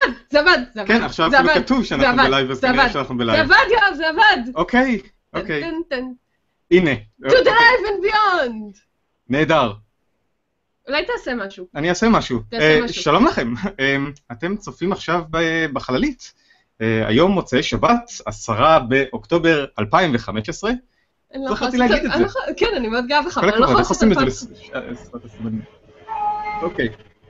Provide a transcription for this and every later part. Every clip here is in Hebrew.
זה עבד. כן, עכשיו אפילו כתוב שאנחנו בלייב, אז כנראה שאנחנו בלייב. זה עבד, יואב, זה עבד. אוקיי. הנה. To the life and beyond. נהדר. אולי תעשה משהו. אני אעשה משהו. שלום לכם. אתם צופים עכשיו בחללית. היום מוצאי שבת, 10 באוקטובר 2015. לא יכולתי להגיד את זה. כן, אני מאוד גאה בך. כל הכבוד, איך עושים את זה לשפת הסימנים. אוקיי.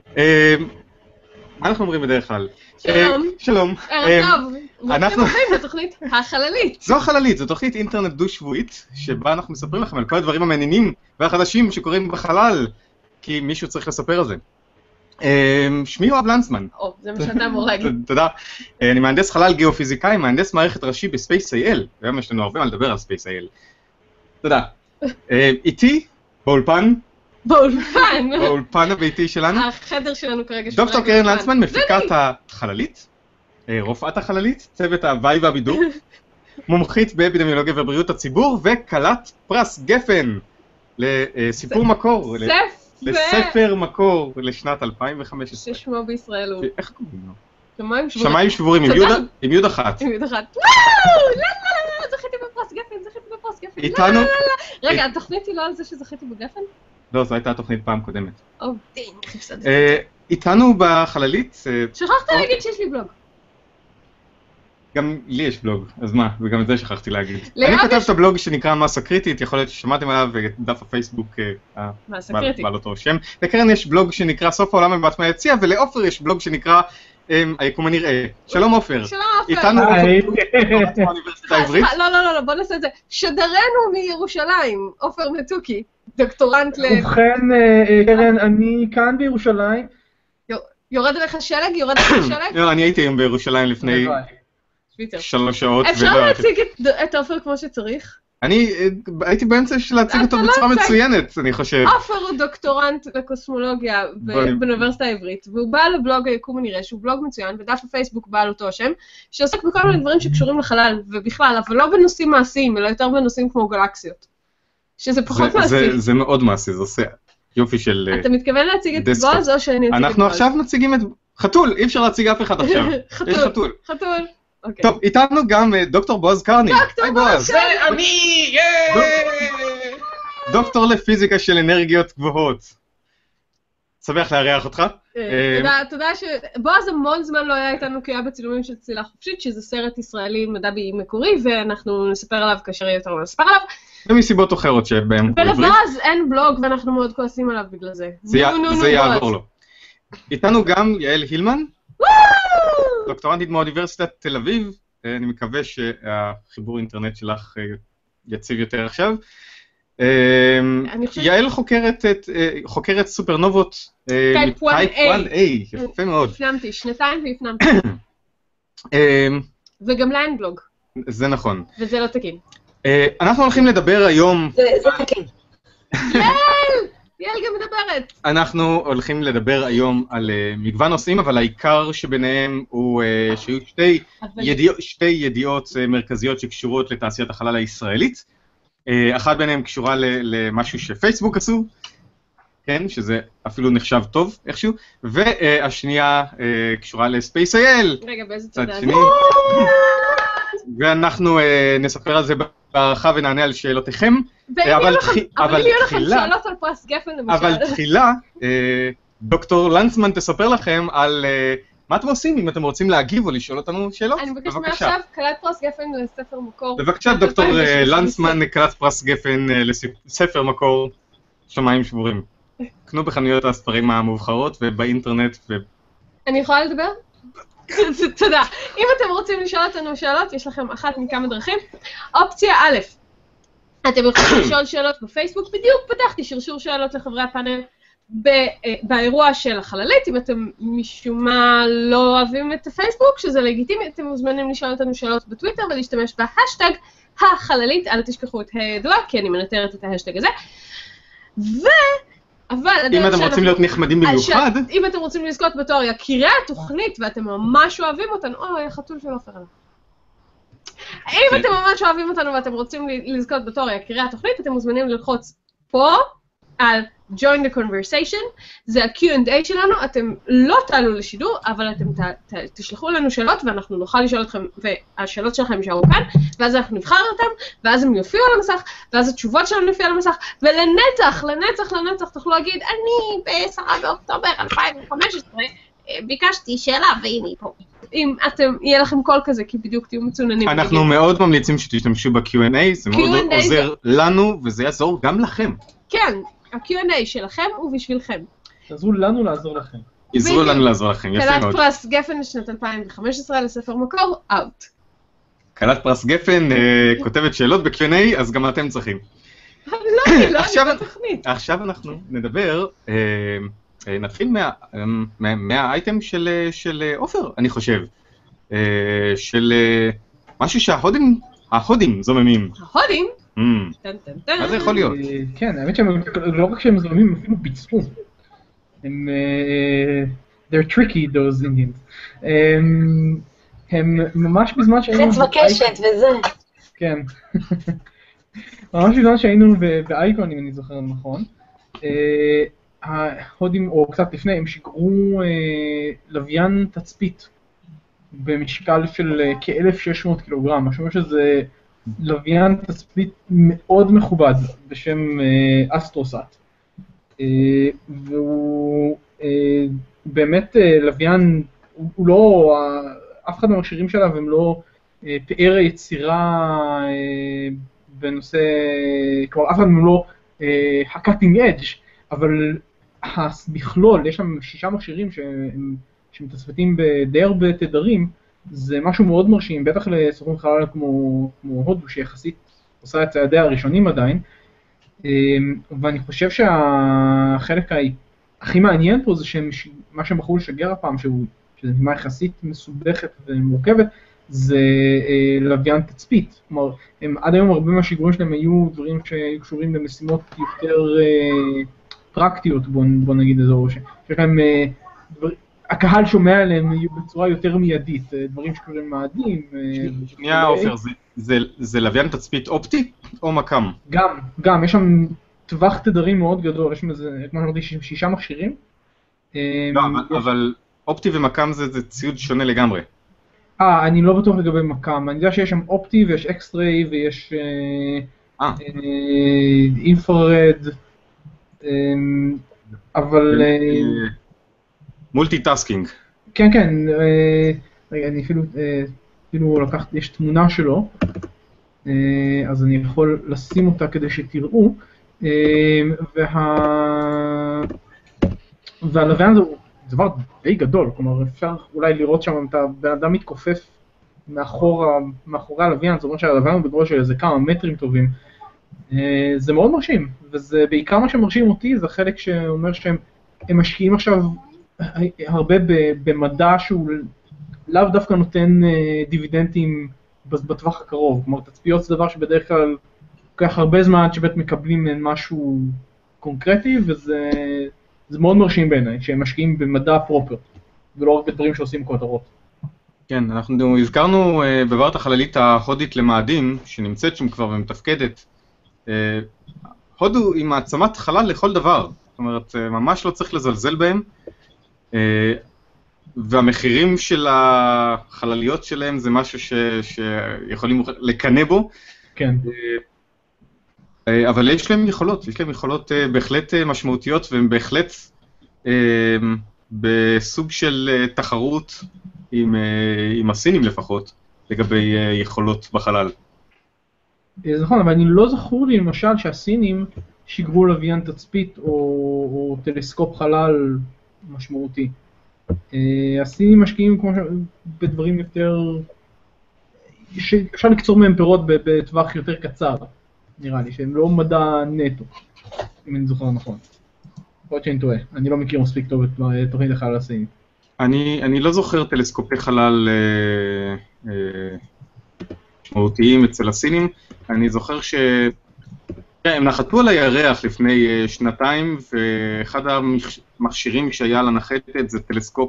מה אנחנו אומרים בדרך כלל? שלום. ערב טוב. אנחנו הולכים לתוכנית החללית. זו החללית, זו תוכנית אינטרנט דו-שבועית, שבה אנחנו מספרים לכם על כל הדברים המעניינים והחדשים שקורים בחלל, כי מישהו צריך לספר על זה. שמי יואב לנצמן. זה מה שאתה אמור להגיד. תודה. אני מהנדס חלל גיאופיזיקאי, מהנדס מערכת ראשי בספייס.il. היום יש לנו הרבה מה לדבר על ספייס.il. תודה. איתי, באולפן. באולפן הביתי שלנו. החדר שלנו כרגע. דוקטור קרן לנצמן, מפיקת החללית, רופאת החללית, צוות ההוואי והבידור, מומחית באפידמיולוגיה ובריאות הציבור, וכלת פרס גפן לסיפור מקור. לספר מקור לשנת 2015. ששמו בישראל הוא... איך קוראים לו? שמיים שבורים, עם יוד אחת. עם יוד אחת. וואו! לא, זכיתי בפרס גפן, איתנו... רגע, התוכנית היא לא על זה שזכיתי בגפן? לא, זו הייתה התוכנית פעם קודמת. דין, חפסד. איתנו בחללית... שכחת להגיד שיש לי בלוג. גם לי יש בלוג, אז מה? וגם את זה שכחתי להגיד. אני כתב את הבלוג שנקרא מסה קריטית, יכול להיות ששמעתם עליו, ודף הפייסבוק בעל אותו שם. לקרן יש בלוג שנקרא סוף העולם מבט מהיציע, ולעופר יש בלוג שנקרא היקום הנראה. שלום עופר. שלום עופר. איתנו עופר מהאוניברסיטה העברית. לא, בוא נעשה את זה. שדרנו מירושלים, עופר מתוקי, דוקטורנט ל... ובכן, קרן, אני כאן בירושלים. יורד עליך שלג? לא, אני הייתי היום בירושלים לפני 3 שעות. אפשר להציג את עופר כמו שצריך? אני הייתי באמצע של להציג אותו בצורה מצוינת, אני חושב. עופר הוא דוקטורנט לקוסמולוגיה באוניברסיטה העברית, והוא בא לבלוג היקום הנראה, שהוא בלוג מצוין, ודף הפייסבוק בעל אותו השם, שעוסק בכל מיני דברים שקשורים לחלל, ובכלל, אבל לא בנושאים מעשיים, אלא יותר בנושאים כמו גלקסיות. שזה פחות מעשי. זה מאוד מעשי, זה עושה יופי של... אתה מתכוון להציג את בועז או שאני אציג את בועז? אנחנו עכשיו מציגים את... חתול, אי אפשר להציג אף אחד עכשיו. יש חתול. חתול. טוב, איתנו גם דוקטור בועז קרני. דוקטור בועז! זה אני! דוקטור לפיזיקה של אנרגיות גבוהות. שמח לארח אותך. תודה ש... בועז המון זמן לא היה איתנו כי היה בצילומים של צלילה חופשית, שזה סרט ישראלי מדע מקורי, ואנחנו נספר עליו כאשר יהיה יותר נספר עליו. ומסיבות אחרות שבהם... ולבועז אין בלוג ואנחנו מאוד כועסים עליו בגלל זה. זה יעבור לו. איתנו גם יעל הילמן. דוקטורנטית מאוניברסיטת תל אביב, אני מקווה שהחיבור אינטרנט שלך יציב יותר עכשיו. יעל חוקרת סופרנובות טייפ 1A. יפה מאוד. הפנמתי, 2 והפנמתי. וגם לה אין בלוג. זה נכון. וזה לא תקין. אנחנו הולכים לדבר היום... זה תקין. יעל גם מדברת. אנחנו הולכים לדבר היום על מגוון נושאים, אבל העיקר שביניהם הוא שיהיו שתי ידיעות מרכזיות שקשורות לתעשיית החלל הישראלית. אחת ביניהם קשורה למשהו שפייסבוק עשו, כן, שזה אפילו נחשב טוב איכשהו, והשנייה קשורה לספייס.il. רגע, באיזה צדה? ואנחנו נספר על זה בהערכה ונענה על שאלותיכם. אבל יהיו לכם שאלות על פרס גפן למשל. אבל תחילה, דוקטור לנצמן תספר לכם על מה אתם עושים אם אתם רוצים להגיב או לשאול אותנו שאלות. אני מבקש מעכשיו קלט פרס גפן לספר מקור. בבקשה, דוקטור לנצמן, קלט פרס גפן לספר מקור שמיים שבורים. קנו בחנויות הספרים המובחרות ובאינטרנט. אני יכולה לדבר? תודה. אם אתם רוצים לשאול אותנו שאלות, יש לכם אחת מכמה דרכים. אופציה א', אתם יכולים לשאול שאלות בפייסבוק, בדיוק פתחתי שרשור שאלות לחברי הפאנל באירוע של החללית. אם אתם משום מה לא אוהבים את הפייסבוק, שזה לגיטימי, אתם מוזמנים לשאול אותנו שאלות בטוויטר ולהשתמש בהשטג החללית, אל תשכחו את הידוע, כי אני מנטרת את ההשטג הזה. אם אתם רוצים להיות נחמדים במיוחד... אם אתם רוצים לזכות בתואר יקירי התוכנית ואתם ממש אוהבים אותנו, החתול של עופר עליו. אם אתם ממש אוהבים אותנו ואתם רוצים לזכות בתואר יקירי התוכנית, אתם מוזמנים ללחוץ פה, על Join the Conversation, זה ה-Q&A שלנו, אתם לא תעלו לשידור, אבל אתם תשלחו לנו שאלות, ואנחנו נוכל לשאול אתכם, והשאלות שלכם יישארו כאן, ואז אנחנו נבחר אותם, ואז הם יופיעו על המסך, ואז התשובות שלנו יופיעו על המסך, ולנצח תוכלו להגיד, אני ב-10 באוקטובר 2015, ביקשתי שאלה, והנה היא פה. אם יהיה לכם קול כזה, כי בדיוק תהיו מצוננים. אנחנו מאוד ממליצים שתשתמשו ב-Q&A, זה מאוד עוזר לנו, וזה יעזור גם לכם. כן, ה-Q&A שלכם הוא בשבילכם. תעזרו לנו לעזור לכם. יעזרו לנו לעזור לכם, יפה מאוד. קלת פרס גפן לשנת 2015 לספר מקור, אאוט. קלת פרס גפן כותבת שאלות ב-Q&A, אז גם אתם צריכים. לא, אני בתוכנית. עכשיו אנחנו נדבר, נתחיל מהאייטם של אופר, אני חושב. של משהו שההודים זוממים. ההודים? מה זה יכול להיות? כן, האמת שהם לא רק שהם זוממים, הם אפילו ביצעו. הם... they're tricky, those Indians. הם ממש בזמן שהיינו... חץ בקשת וזה. כן. ממש בזמן שהיינו באייקון, אם אני זוכר נכון. ההודים, או קצת לפני, הם שיגרו לוויין תצפית במשקל של כ-1,600 קילוגרם. משהו שזה לוויין תצפית מאוד מכובד בשם אסטרוסאט. והוא באמת לוויין, הוא לא, אף אחד מהמכשירים שלה הם לא פאר היצירה בנושא, כלומר אף אחד מהם לא ה-cutting edge, אבל בכלול, יש שם 6 מכשירים שמתצפתים בדי הרבה תדרים, זה משהו מאוד מרשים, בטח לסוכנות חלל כמו הודו, שיחסית עושה את צעדיה הראשונים עדיין, ואני חושב שהחלק הכי מעניין פה זה שמה שהם בחרו לשגר הפעם, שזה נשמע יחסית מסובכת ומורכבת, זה לוויין תצפית. כלומר, עד היום הרבה מהשיגורים שלהם היו דברים שהיו קשורים למשימות יותר פרקטיות, בוא נגיד איזו, שיש להם, הקהל שומע עליהם בצורה יותר מיידית, דברים שקורים מאדים. שנייה עופר, זה לוויין תצפית אופטי או מקם? גם, יש שם טווח תדרים מאוד גדול, יש שם איזה, כמו שאמרתי, 6 מכשירים. לא, אבל אופטי ומקם זה ציוד שונה לגמרי. אני לא בטוח לגבי מקם, אני יודע שיש שם אופטי ויש אקסטריי ויש אינפרד, אבל... מולטי-טאסקינג. כן, רגע, אני אפילו לקחתי, יש תמונה שלו, אז אני יכול לשים אותה כדי שתראו, והלוויין זה דבר די גדול, כלומר אפשר אולי לראות שם את הבן אדם מתכופף מאחורי הלוויין, זאת אומרת שהלוויין הוא בגודל של איזה כמה מטרים טובים, זה מאוד מרשים, וזה בעיקר מה שמרשים אותי, זה חלק שאומר שהם משקיעים עכשיו הרבה במדע שהוא לאו דווקא נותן דיבידנדים בטווח הקרוב, כלומר תצפיות זה דבר שבדרך כלל לוקח הרבה זמן שבאמת מקבלים משהו קונקרטי, וזה מאוד מרשים בעיניי, שהם משקיעים במדע פרופר, ולא רק בדברים שעושים כותרות. כן, אנחנו הזכרנו בברת החללית ההודית למאדים, שנמצאת שם כבר ומתפקדת. הודו היא מעצמת חלל לכל דבר, זאת אומרת, ממש לא צריך לזלזל בהם, והמחירים של החלליות שלהם זה משהו שיכולים לקנא בו. כן. אבל יש להם יכולות בהחלט משמעותיות, והם בהחלט בסוג של תחרות עם הסינים לפחות, לגבי יכולות בחלל. זה נכון, אבל אני לא זכור לי למשל שהסינים שיגרו לוויין תצפית או טלסקופ חלל משמעותי. הסינים משקיעים כמו בדברים יותר, שאפשר לקצור מהם פירות בטווח יותר קצר, נראה לי, שהם לא מדע נטו, אם אני זוכר נכון. עוד שאני טועה, אני לא מכיר מספיק טוב את תוכנית החלל הסינים. אני לא זוכר טלסקופי חלל משמעותיים אצל הסינים, אני זוכר הם נחתו על הירח לפני 2 ואחד המכשירים שהיה לנחתת זה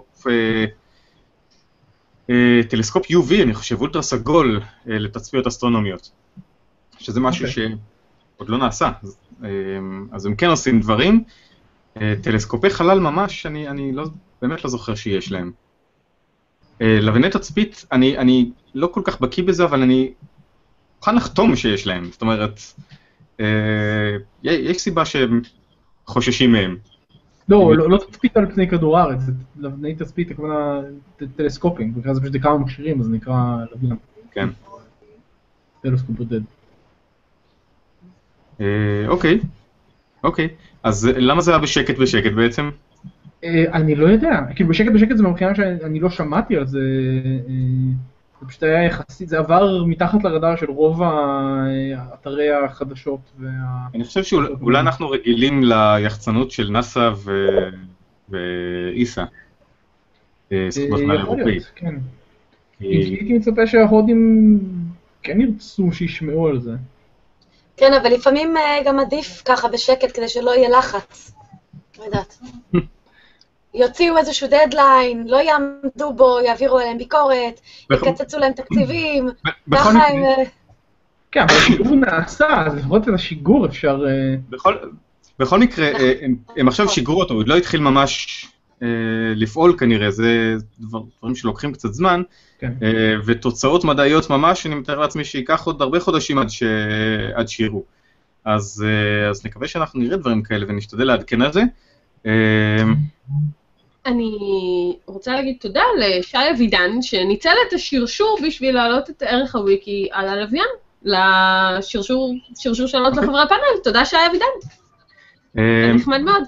טלסקופ UV, אני חושב, אולטרה סגול לתצפיות אסטרונומיות, שזה משהו שעוד לא נעשה. אז הם כן עושים דברים. טלסקופי חלל ממש, אני באמת לא זוכר שיש להם. לווייני תצפית, אני לא כל כך בקיא בזה, אבל אני מוכן לחתום שיש להם. זאת אומרת, יש סיבה שהם חוששים מהם. לא תצפית על פני כדור הארץ, לווייני תצפית, הכוונה טלסקופים, בגלל זה פשוט כמה מכשירים, אז זה נקרא לוויין. כן. טלסקופ בודד. אוקיי. אז למה זה היה בשקט בעצם? אני לא יודע, כאילו בשקט זה מבחינה שאני לא שמעתי על זה, זה פשוט היה יחסית, זה עבר מתחת לרדאר של רוב אתרי החדשות. אני חושב שאולי אנחנו רגילים ליחצנות של נאסא ואיסה. יכול להיות, כן. הייתי מצפה שההודים כן ירצו שישמעו על זה. כן, אבל לפעמים גם עדיף ככה בשקט כדי שלא יהיה לחץ. לא יודעת. יוציאו איזשהו דדליין, לא יעמדו בו, יעבירו אליהם ביקורת, יקצצו להם תקציבים, ככה הם... כן, אבל השיגור נעשה, אז לפחות את השיגור אפשר... בכל מקרה, הם עכשיו שיגרו אותו, עוד לא התחיל ממש לפעול כנראה, זה דברים שלוקחים קצת זמן, ותוצאות מדעיות ממש, אני מתאר לעצמי שיקח עוד הרבה חודשים עד שיראו. אז נקווה שאנחנו נראה דברים כאלה ונשתדל לעדכן על זה. אני רוצה להגיד תודה לשי אבידן, שניצל את השרשור בשביל להעלות את ערך הוויקי על הלוויין, לשרשור שאלות לחברי הפאנל. תודה שי אבידן. זה נחמד מאוד.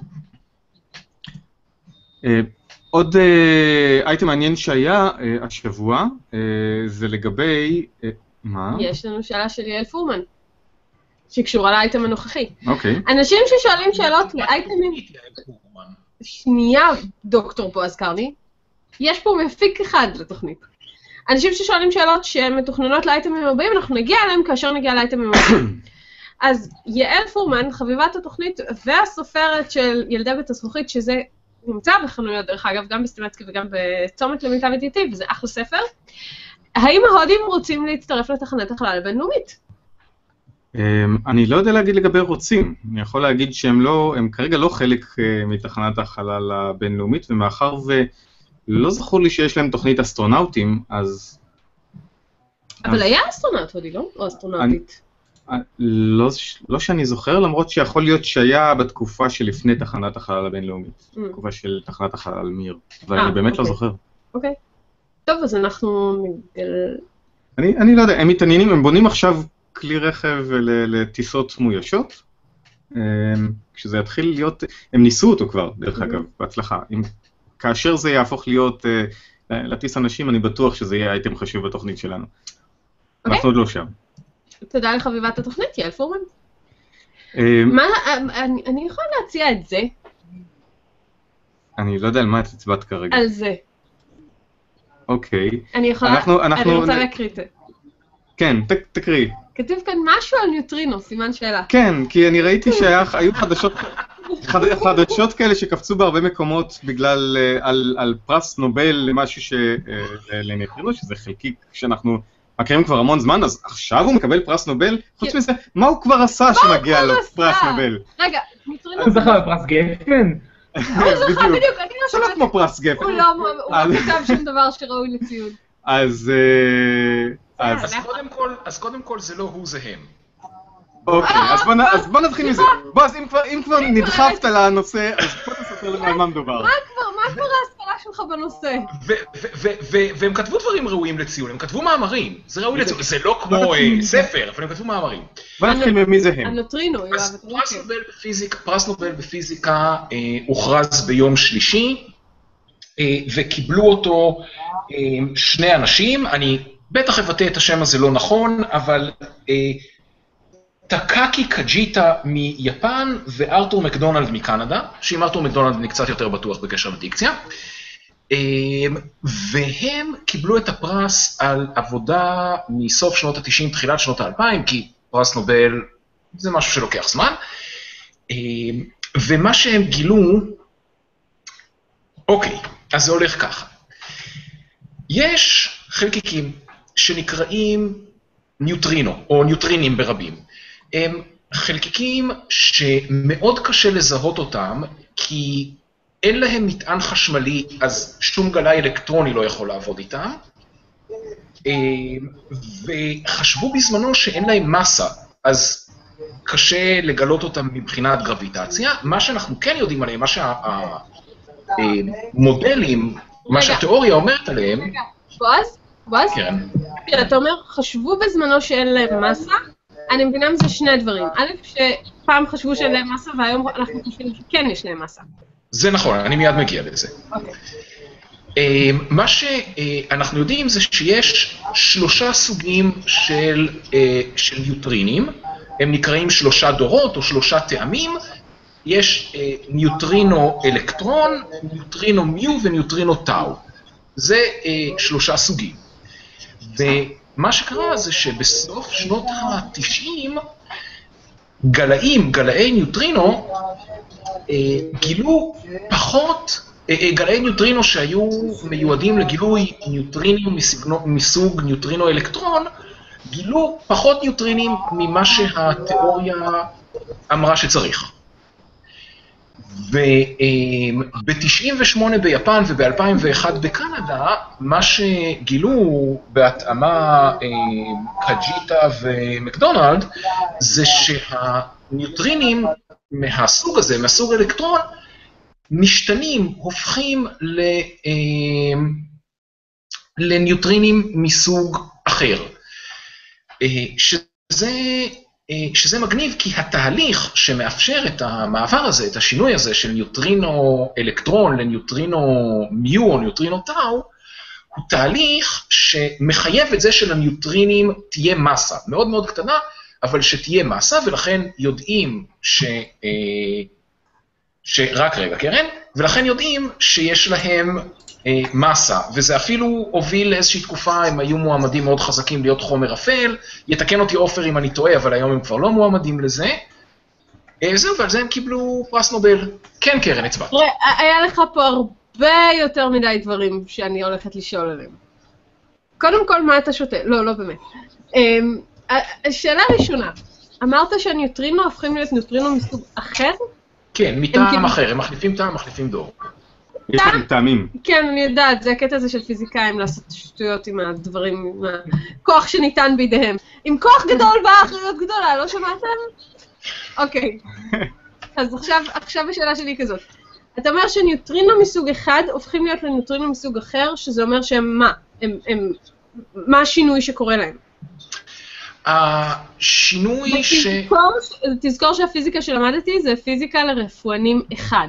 עוד אייטם מעניין שהיה השבוע, זה לגבי... מה? יש לנו שאלה של יעל פורמן, שקשורה לאייטם הנוכחי. אוקיי. אנשים ששואלים שאלות לאייטמים... שנייה, דוקטור בועז קרני, יש פה מפיק אחד לתוכנית. אנשים ששואלים שאלות שהן מתוכננות לאייטמים הבאים, אנחנו נגיע אליהם כאשר נגיע לאייטמים הבאים. אז יעל פורמן, חביבת התוכנית והסופרת של ילדי בית הזכוכית, שזה נמצא בחנויות דרך אגב, גם בסטימצקי וגם בצומת למיטב ידיעתי, וזה אחלה ספר. האם ההודים רוצים להצטרף לתחנת החלל הבינלאומית? אני לא יודע להגיד לגבי רוצים, אני יכול להגיד שהם כרגע לא חלק מתחנת החלל הבינלאומית, ומאחר ולא זכור לי שיש להם תוכנית אסטרונאוטים, אז... אבל היה אסטרונאוט הודי, לא? או אסטרונאוטית? לא שאני זוכר, למרות שיכול להיות שהיה בתקופה שלפני תחנת החלל הבינלאומית, תקופה של תחנת החלל מיר, אבל אני באמת לא זוכר. אוקיי. טוב, אז אנחנו... אני לא יודע, הם מתעניינים, הם בונים עכשיו כלי רכב לטיסות מאוישות, כשזה יתחיל להיות, הם ניסו אותו כבר, דרך אגב, בהצלחה. כאשר זה יהפוך להיות לטיס אנשים, אני בטוח שזה יהיה אייטם חשוב בתוכנית שלנו. אנחנו עוד לא שם. תודה לחביבת התוכנית, יעל פורמן. אני יכולה להציע את זה? אני לא יודע על מה את הצבעת כרגע. על זה. אוקיי. אני רוצה להקריא את זה. כן, תקריא. כתוב כאן משהו על ניוטרינו, סימן שאלה. כן, כי אני ראיתי שהיו חדשות כאלה שקפצו בהרבה מקומות בגלל, על פרס נובל למשהו לניוטרינו, שזה חלקיק שאנחנו מכירים כבר המון זמן, אז עכשיו הוא מקבל פרס נובל? חוץ מזה, מה הוא כבר עשה שמגיע לו פרס נובל? רגע, ניוטרינו... הוא זכה בפרס גפן? בדיוק, אני לא לא כמו פרס גפן. הוא לא כתב שום דבר שראוי לציון. אז קודם כל זה לא הוא זה הם. אוקיי, אז בוא נתחיל מזה. בועז, אם כבר נדחפת לנושא, אז בוא תספר לנו על מה מדובר. מה כבר ההסברה שלך בנושא? והם כתבו דברים ראויים לציון, הם כתבו מאמרים. זה ראוי לציון, זה לא כמו ספר, אבל הם כתבו מאמרים. בוא נתחיל ממי זה הם. הנוטרינו, פרס נובל בפיזיקה הוכרז ביום שלישי, וקיבלו אותו שני אנשים, אני בטח אבטא את השם הזה לא נכון, אבל טקאקי קג'יטה מיפן וארתור מקדונלד מקנדה, שעם ארתור מקדונלד אני קצת יותר בטוח בקשר לדיקציה, והם קיבלו את הפרס על עבודה מסוף שנות ה-90, תחילת שנות ה-2000, כי פרס נובל זה משהו שלוקח זמן, ומה שהם גילו, אוקיי, אז זה הולך ככה. יש חלקיקים שנקראים ניוטרינו, או ניוטרינים ברבים. הם חלקיקים שמאוד קשה לזהות אותם, כי אין להם מטען חשמלי, אז שום גלאי אלקטרוני לא יכול לעבוד איתם, וחשבו בזמנו שאין להם מסה, אז קשה לגלות אותם מבחינת גרביטציה. מה שאנחנו כן יודעים עליהם, מה שהמודלים, מה שהתיאוריה אומרת עליהם... רגע, בועז? כן. אתה אומר, חשבו בזמנו שאין להם מסה, אני מבינה מזה שני דברים. א', שפעם חשבו שאין להם מסה, והיום אנחנו חושבים שכן יש להם מסה. זה נכון, אני מיד מגיע לזה. מה שאנחנו יודעים זה שיש 3 סוגים של ניוטרינים, הם נקראים 3 דורות או 3 טעמים, יש ניוטרינו אלקטרון, ניוטרינו מיו וניוטרינו טאו. זה 3 סוגים. ומה שקרה זה שבסוף שנות ה-90, גלאי ניוטרינו גילו פחות, גלאי ניוטרינו שהיו מיועדים לגילוי ניוטרינים מסוג ניוטרינו אלקטרון, גילו פחות ניוטרינים ממה שהתיאוריה אמרה שצריך. וב-98 ביפן וב-2001 בקנדה, מה שגילו בהתאמה קג'יטה ומקדונלד, זה שהניוטרינים מהסוג הזה, מהסוג אלקטרון, משתנים, הופכים לניוטרינים מסוג אחר. שזה מגניב, כי התהליך שמאפשר את המעבר הזה, את השינוי הזה של ניוטרינו אלקטרון לניוטרינו מיו או ניוטרינו טאו, הוא תהליך שמחייב את זה שלניוטרינים תהיה מסה, מאוד מאוד קטנה, אבל שתהיה מסה, ולכן יודעים רק רגע, קרן, ולכן יודעים שיש להם מסה, וזה אפילו הוביל לאיזושהי תקופה, הם היו מועמדים מאוד חזקים להיות חומר אפל, יתקן אותי אופר אם אני טועה, אבל היום הם כבר לא מועמדים לזה. זהו, ועל זה הם קיבלו פרס נובל. כן, קרן, הצבעת. תראה, היה לך פה הרבה יותר מדי דברים שאני הולכת לשאול עליהם. קודם כל, מה אתה שותה? לא באמת. השאלה הראשונה, אמרת שהניוטרינו הופכים להיות ניוטרינו מסוג אחר? כן, מטעם אחר, הם מחליפים טעם, מחליפים דור. יש להם טעמים. כן, אני יודעת, זה הקטע הזה של פיזיקאים לעשות שטויות עם הדברים, עם הכוח שניתן בידיהם. עם כוח גדול באה אחריות גדולה, לא שמעתם? אוקיי. אז עכשיו השאלה שלי כזאת. אתה אומר שניוטרינו מסוג אחד הופכים להיות לניוטרינו מסוג אחר, שזה אומר שהם מה? מה השינוי שקורה להם? השינוי תזכור שהפיזיקה שלמדתי זה פיזיקה לרפואנים אחד.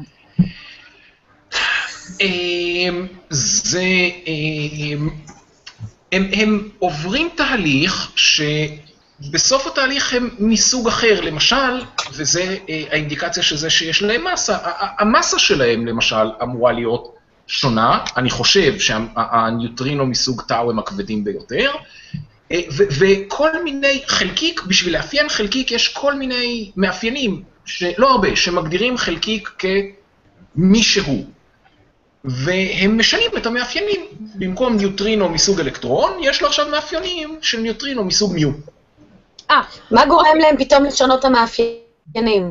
הם עוברים תהליך שבסוף התהליך הם מסוג אחר, למשל, וזה האינדיקציה של זה שיש להם מסה, המסה שלהם למשל אמורה להיות שונה, אני חושב שהניוטרינו מסוג טאו הם הכבדים ביותר, וכל מיני חלקיק, בשביל לאפיין חלקיק יש כל מיני מאפיינים, לא הרבה, שמגדירים חלקיק כמישהו. והם משנים את המאפיינים. במקום ניוטרינו מסוג אלקטרון, יש לו עכשיו מאפיינים של ניוטרינו מסוג מיו. מה גורם להם פתאום לשנות את המאפיינים?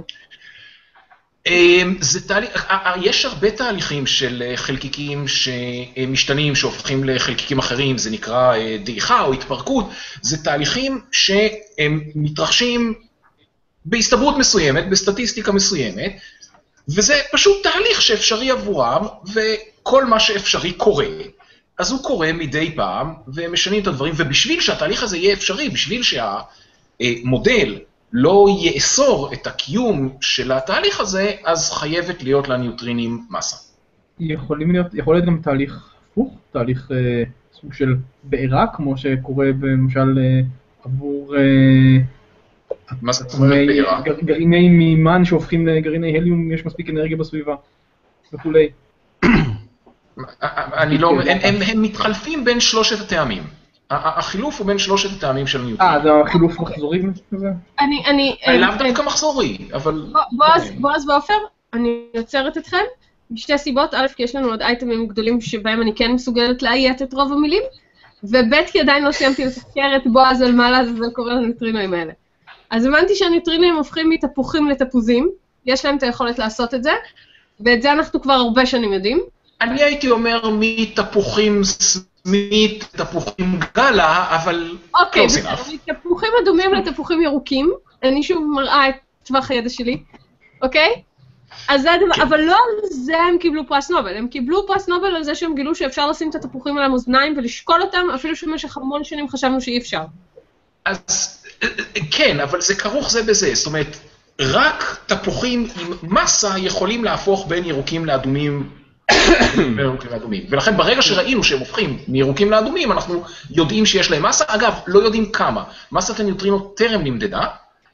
יש הרבה תהליכים של חלקיקים שמשתנים, שהופכים לחלקיקים אחרים, זה נקרא דעיכה או התפרקות, זה תהליכים שהם מתרחשים בהסתברות מסוימת, בסטטיסטיקה מסוימת, וזה פשוט תהליך שאפשרי עבורם, וכל מה שאפשרי קורה. אז הוא קורה מדי פעם, והם משנים את הדברים, ובשביל שהתהליך הזה יהיה אפשרי, בשביל שהמודל לא יאסור את הקיום של התהליך הזה, אז חייבת להיות לניוטרינים מסה. יכול להיות גם תהליך הפוך, תהליך סוג של בעירה, כמו שקורה למשל עבור מה זאת אומרת בעירה? גרעיני מימן שהופכים לגרעיני הליום, יש מספיק אנרגיה בסביבה וכולי. הם מתחלפים בין 3 הטעמים. החילוף הוא בין 3 הטעמים של ניוטרינו. זה החילוף מחזורי כזה? לאו דווקא מחזורי, אבל... בועז ועופר, אני יוצרת אתכם בשתי סיבות. א', כי יש לנו עוד אייטמים גדולים שבהם אני כן מסוגלת להאיית את רוב המילים, וב', כי עדיין לא סיימתי לתחקר את בועז על מה לעזאזל קורה לניוטרינואים האלה. אז הבנתי שהניוטרילים הופכים מתפוחים לתפוזים, יש להם את היכולת לעשות את זה, ואת זה אנחנו כבר הרבה שנים יודעים. אני הייתי אומר מתפוחים סמית, תפוחים גלה, אבל אוקיי, מתפוחים אדומים לתפוחים ירוקים, אני שוב מראה את טווח הידע שלי, אוקיי? אז זה הדבר, אבל לא על זה הם קיבלו פרס נובל, הם קיבלו פרס נובל על זה שהם גילו שאפשר לשים את התפוחים על המאזניים ולשקול אותם, אפילו שבמשך המון שנים חשבנו שאי אפשר. אז כן, אבל זה כרוך זה בזה, זאת אומרת, רק תפוחים עם מסה יכולים להפוך בין ירוקים לאדומים, ולכן ברגע שראינו שהם הופכים מירוקים לאדומים, אנחנו יודעים שיש להם מסה, אגב, לא יודעים כמה. מסת הניוטרינו טרם נמדדה,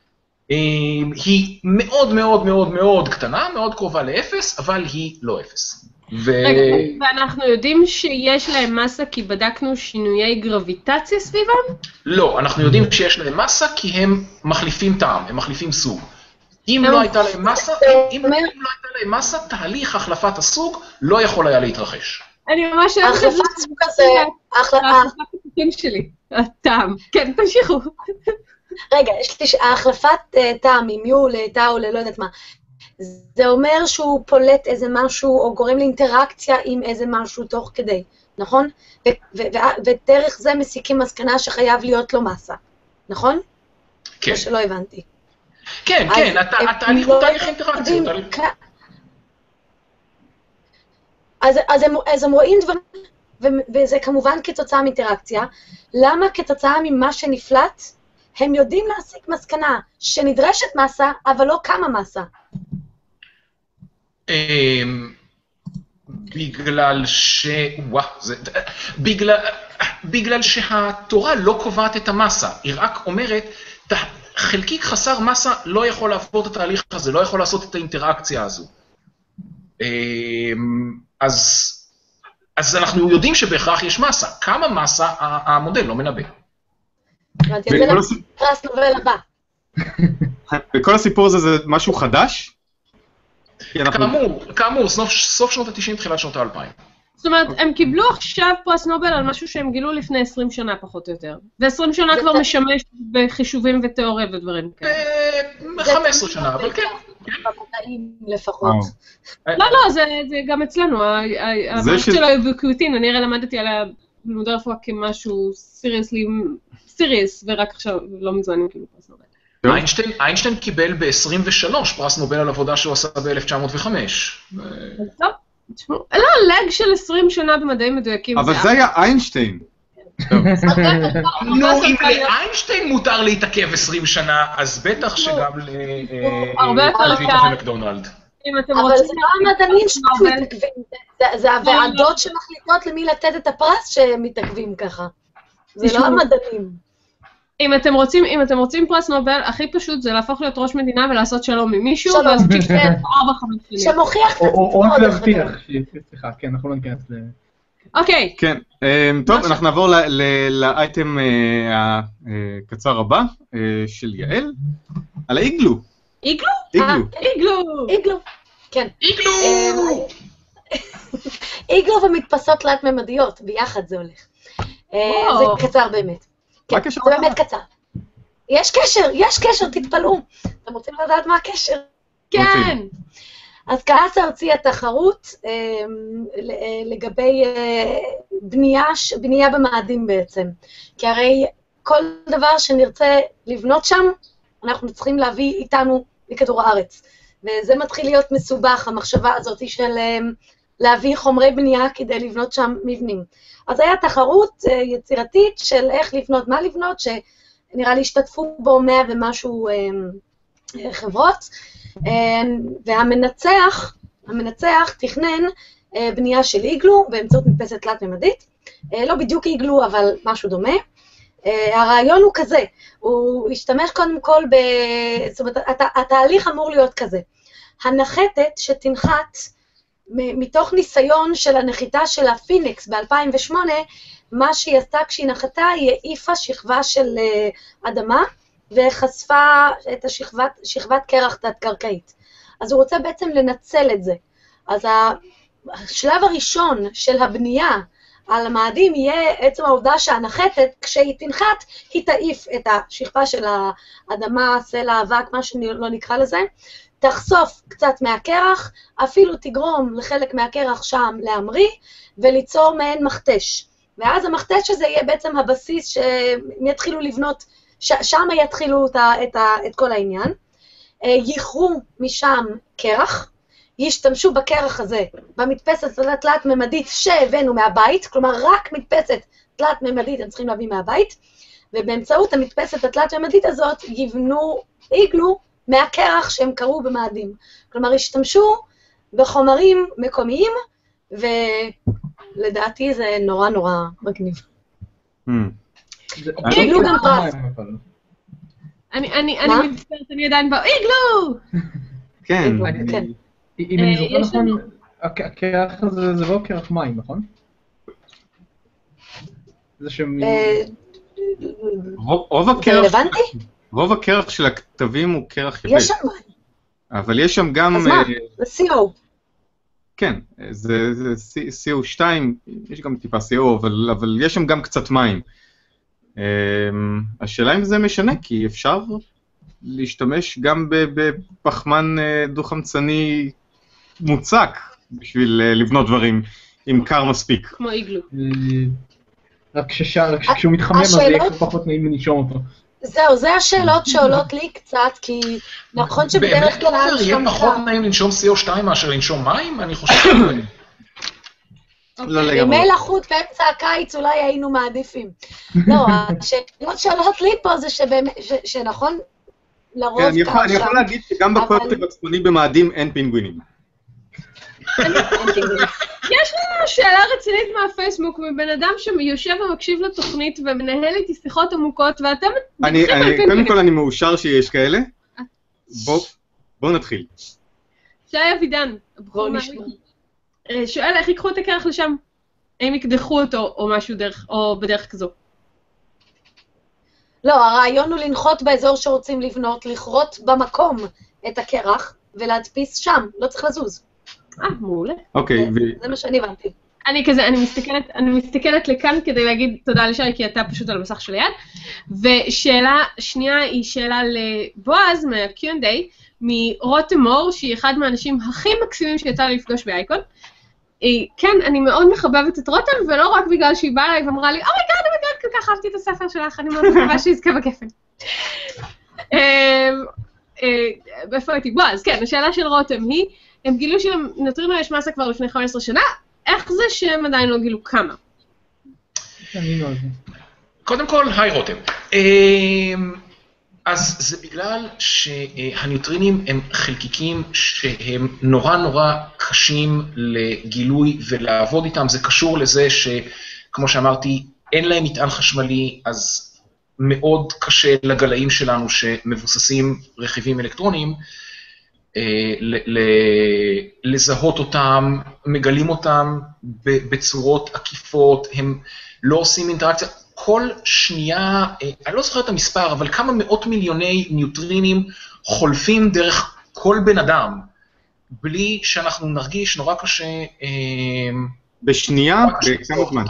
היא מאוד מאוד מאוד מאוד קטנה, מאוד קרובה לאפס, אבל היא לא אפס. רגע, ואנחנו יודעים שיש להם מסה כי בדקנו שינויי גרביטציה סביבם? לא, אנחנו יודעים שיש להם מסה כי הם מחליפים טעם, הם מחליפים סוג. אם לא הייתה להם מסה, תהליך החלפת הסוג לא יכול היה להתרחש. אני ממש החלפת סוג הזה, החלפת התפוחים שלי, הטעם. כן, תמשיכו. רגע, יש לי ההחלפת טעם ממיו לטאו ללא יודעת מה. זה אומר שהוא פולט איזה משהו או גורם לאינטראקציה עם איזה משהו תוך כדי, נכון? ודרך זה מסיקים מסקנה שחייב להיות לו מסה, נכון? כן. או שלא הבנתי. כן, כן, התהליך הוא תהליך אינטראקציה. אז הם רואים דברים, וזה כמובן כתוצאה מאינטראקציה. למה כתוצאה ממה שנפלט, הם יודעים להסיק מסקנה שנדרשת מסה, אבל לא כמה מסה? בגלל שהתורה לא קובעת את המסה, היא רק אומרת, חלקיק חסר מסה לא יכול לעבור את התהליך הזה, לא יכול לעשות את האינטראקציה הזו. אז אנחנו יודעים שבהכרח יש מסה. כמה מסה המודל לא מנבא. פרס נובל הבא. וכל הסיפור הזה זה משהו חדש? כאמור, סוף שנות ה-90, תחילת שנות ה-2000. זאת אומרת, הם קיבלו עכשיו פרס נובל על משהו שהם גילו לפני 20 שנה פחות או יותר. ו-20 שנה כבר משמש בחישובים ותיאוריה ודברים כאלה. 15 שנה, אבל כן. במדעים לפחות. לא, זה גם אצלנו. המערכת של האוביקוויטין, אני הרי למדתי על לימודי רפואה כמשהו סיריוס, ורק עכשיו לא מזמן כאילו פרס נובל. איינשטיין קיבל ב-23 פרס נובל על עבודה שהוא עשה ב-1905. טוב, לא, לג של 20 שנה במדעים מדויקים. אבל זה היה איינשטיין. נו, אם לאיינשטיין מותר להתעכב 20 שנה, אז בטח שגם למקדונלד. אבל זה לא המדענים שמתעכבים, זה הוועדות שמחליטות למי לתת את הפרס שמתעכבים ככה. זה לא המדענים. אם אתם רוצים פרס נובל, הכי פשוט זה להפוך להיות ראש מדינה ולעשות שלום עם מישהו, ואז תשתת 4-5 שנים. שמוכיח את עצמו. או רק להבטיח, סליחה, כן, אנחנו לא ניכנס ל... אוקיי. כן, טוב, אנחנו נעבור לאייטם הקצר הבא של יעל, על האיגלו. איגלו? איגלו. כן. איגלו! איגלו ומדפסות תלת-ממדיות, ביחד זה הולך. זה קצר באמת. כן, זה באמת קצר. יש קשר, תתפלאו. אתם רוצים לדעת מה הקשר? כן. אז קאסה הוציאה תחרות לגבי בנייה במאדים בעצם. כי הרי כל דבר שנרצה לבנות שם, אנחנו צריכים להביא איתנו מכדור הארץ. וזה מתחיל להיות מסובך, המחשבה הזאת של להביא חומרי בנייה כדי לבנות שם מבנים. אז היה תחרות יצירתית של איך לבנות, מה לבנות, שנראה לי השתתפו בו 100 ומשהו חברות, והמנצח תכנן בנייה של איגלו באמצעות מדפסת תלת-ממדית, לא בדיוק איגלו אבל משהו דומה. הרעיון הוא כזה, הוא השתמש קודם כל, זאת אומרת, התהליך אמור להיות כזה, הנחתת שתנחת מתוך ניסיון של הנחיתה של הפיניקס ב-2008, מה שהיא עשתה כשהיא נחתה, היא העיפה שכבה של אדמה, וחשפה את שכבת קרח תת-קרקעית. אז הוא רוצה בעצם לנצל את זה. אז השלב הראשון של הבנייה על המאדים יהיה עצם העובדה שהנחתת, כשהיא תנחת, היא תעיף את השכבה של האדמה, סלע, אבק, מה שלא נקרא לזה, תחשוף קצת מהקרח, אפילו תגרום לחלק מהקרח שם להמריא, וליצור מעין מכתש. ואז המכתש הזה יהיה בעצם הבסיס שהם יתחילו לבנות, שם יתחילו את כל העניין. ייחרו משם קרח, ישתמשו בקרח הזה, במדפסת תלת-ממדית שהבאנו מהבית, כלומר רק מדפסת תלת-ממדית הם צריכים להביא מהבית, ובאמצעות המדפסת התלת-ממדית הזאת יבנו עיגלו מהקרח שהם קראו במאדים. כלומר, ישתמשו בחומרים מקומיים, ולדעתי זה נורא נורא מגניב. עיגלו גם פרס. אני מצטערת, אני עדיין באיגלו! כן. אם אני זוכר נכון, הקרח הזה זה לא קרח מים, נכון? זה שם... זה רלוונטי? רוב הקרח של הכתבים הוא קרח יבש. יש שם מים. אבל יש שם גם... אז מה? זה CO. כן, זה CO2, יש גם טיפה CO, אבל יש שם גם קצת מים. השאלה אם זה משנה, כי אפשר להשתמש גם בפחמן דו-חמצני מוצק בשביל לבנות דברים עם קר מספיק. כמו איגלו. רק כשהוא מתחמם אז יהיה פחות נעים לנשום אותו. זהו, זה השאלות שעולות לי קצת, כי נכון שבדרך כלל... באמת, יהיה פחות נעים לנשום CO2 מאשר לנשום מים? אני חושב ימי לחות באמצע הקיץ אולי היינו מעדיפים. לא, השאלות שעולות לי פה זה שנכון לרוב אני יכול להגיד שגם בקוטב הצפוני במאדים אין פינגווינים. יש לנו שאלה רצינית מהפייסבוק, מבן אדם שיושב ומקשיב לתוכנית ומנהל איתי שיחות עמוקות, ואתם מדברים על פינגווינים. קודם כל אני מאושר שיש כאלה. בואו נתחיל. שי אבידן, שואל איך ייקחו את הקרח לשם? האם יקדחו אותו או משהו דרך, או בדרך כזו? לא, הרעיון הוא לנחות באזור שרוצים לבנות, לכרות במקום את הקרח ולהדפיס שם, לא צריך לזוז. מעולה. אוקיי. זה מה שאני הבנתי. אני מסתכלת לכאן כדי להגיד תודה לשי, כי אתה פשוט על המסך של היד. ושאלה שנייה היא שאלה לבועז מה-Q&A, מרותם מור, שהיא אחד מהאנשים הכי מקסימים שיצא לי לפגוש באייקון. כן, אני מאוד מחבבת את רותם, ולא רק בגלל שהיא באה אליי ואמרה לי, אומייגאד, כל כך אהבתי את הספר שלך, אני מאוד מקווה שיזכה בגפן. איפה הייתי? בועז, כן, השאלה של רותם היא, הם גילו שלנוטרינו יש מסה כבר לפני 15 שנה, איך זה שהם עדיין לא גילו כמה? קודם כל, היי רותם. אז זה בגלל שהניוטרינים הם חלקיקים שהם נורא נורא קשים לגילוי ולעבוד איתם. זה קשור לזה שכמו שאמרתי, אין להם מטען חשמלי, אז מאוד קשה לגלאים שלנו שמבוססים רכיבים אלקטרוניים, לזהות אותם, מגלים אותם בצורות עקיפות, הם לא עושים אינטראקציה. כל שנייה, אני לא זוכר את המספר, אבל כמה מאות מיליוני ניוטרינים חולפים דרך כל בן אדם, בלי שאנחנו נרגיש נורא קשה... בשנייה? בכמה זמן?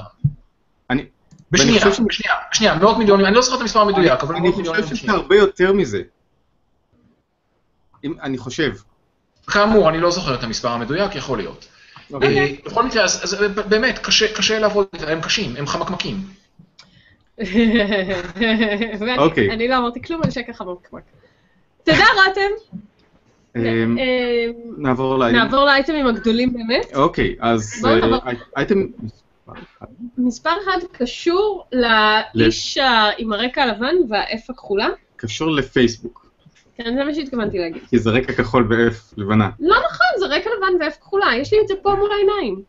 בשנייה, מאות מיליונים, אני לא זוכר את המספר המדויק, אבל מאות מיליונים בשנייה. אני חושב שזה הרבה יותר מזה. אני חושב. כאמור, אני לא זוכר את המספר המדויק, יכול להיות. בכל מקרה, אז באמת, קשה לעבוד, הם קשים, הם חמקמקים. אני לא אמרתי כלום, אני שקר חמקמק. תודה, רותם. נעבור לאייטמים הגדולים באמת. אוקיי, אז אייטם... מספר אחד קשור לאיש עם הרקע הלבן והאף הכחולה. קשור לפייסבוק. כן, זה מה שהתכוונתי להגיד. כי זה רקע כחול ואף לבנה. לא נכון, זה רקע לבן ואף כחולה, יש לי את זה פה מול העיניים.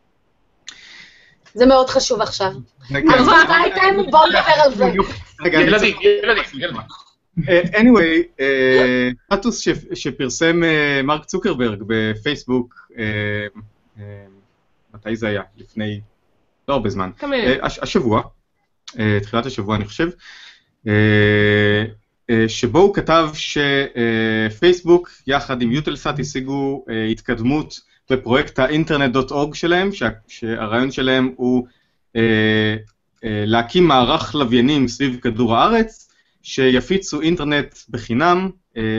זה מאוד חשוב עכשיו. אז מה הייתם? בואו נדבר על זה. ילדים. anyway, סטטוס שפרסם מרק צוקרברג בפייסבוק, מתי זה היה? לפני לא הרבה זמן. השבוע, תחילת השבוע אני חושב, שבו הוא כתב שפייסבוק יחד עם יוטלסאט השיגו התקדמות בפרויקט האינטרנט.org שלהם, שהרעיון שלהם הוא להקים מערך לוויינים סביב כדור הארץ, שיפיצו אינטרנט בחינם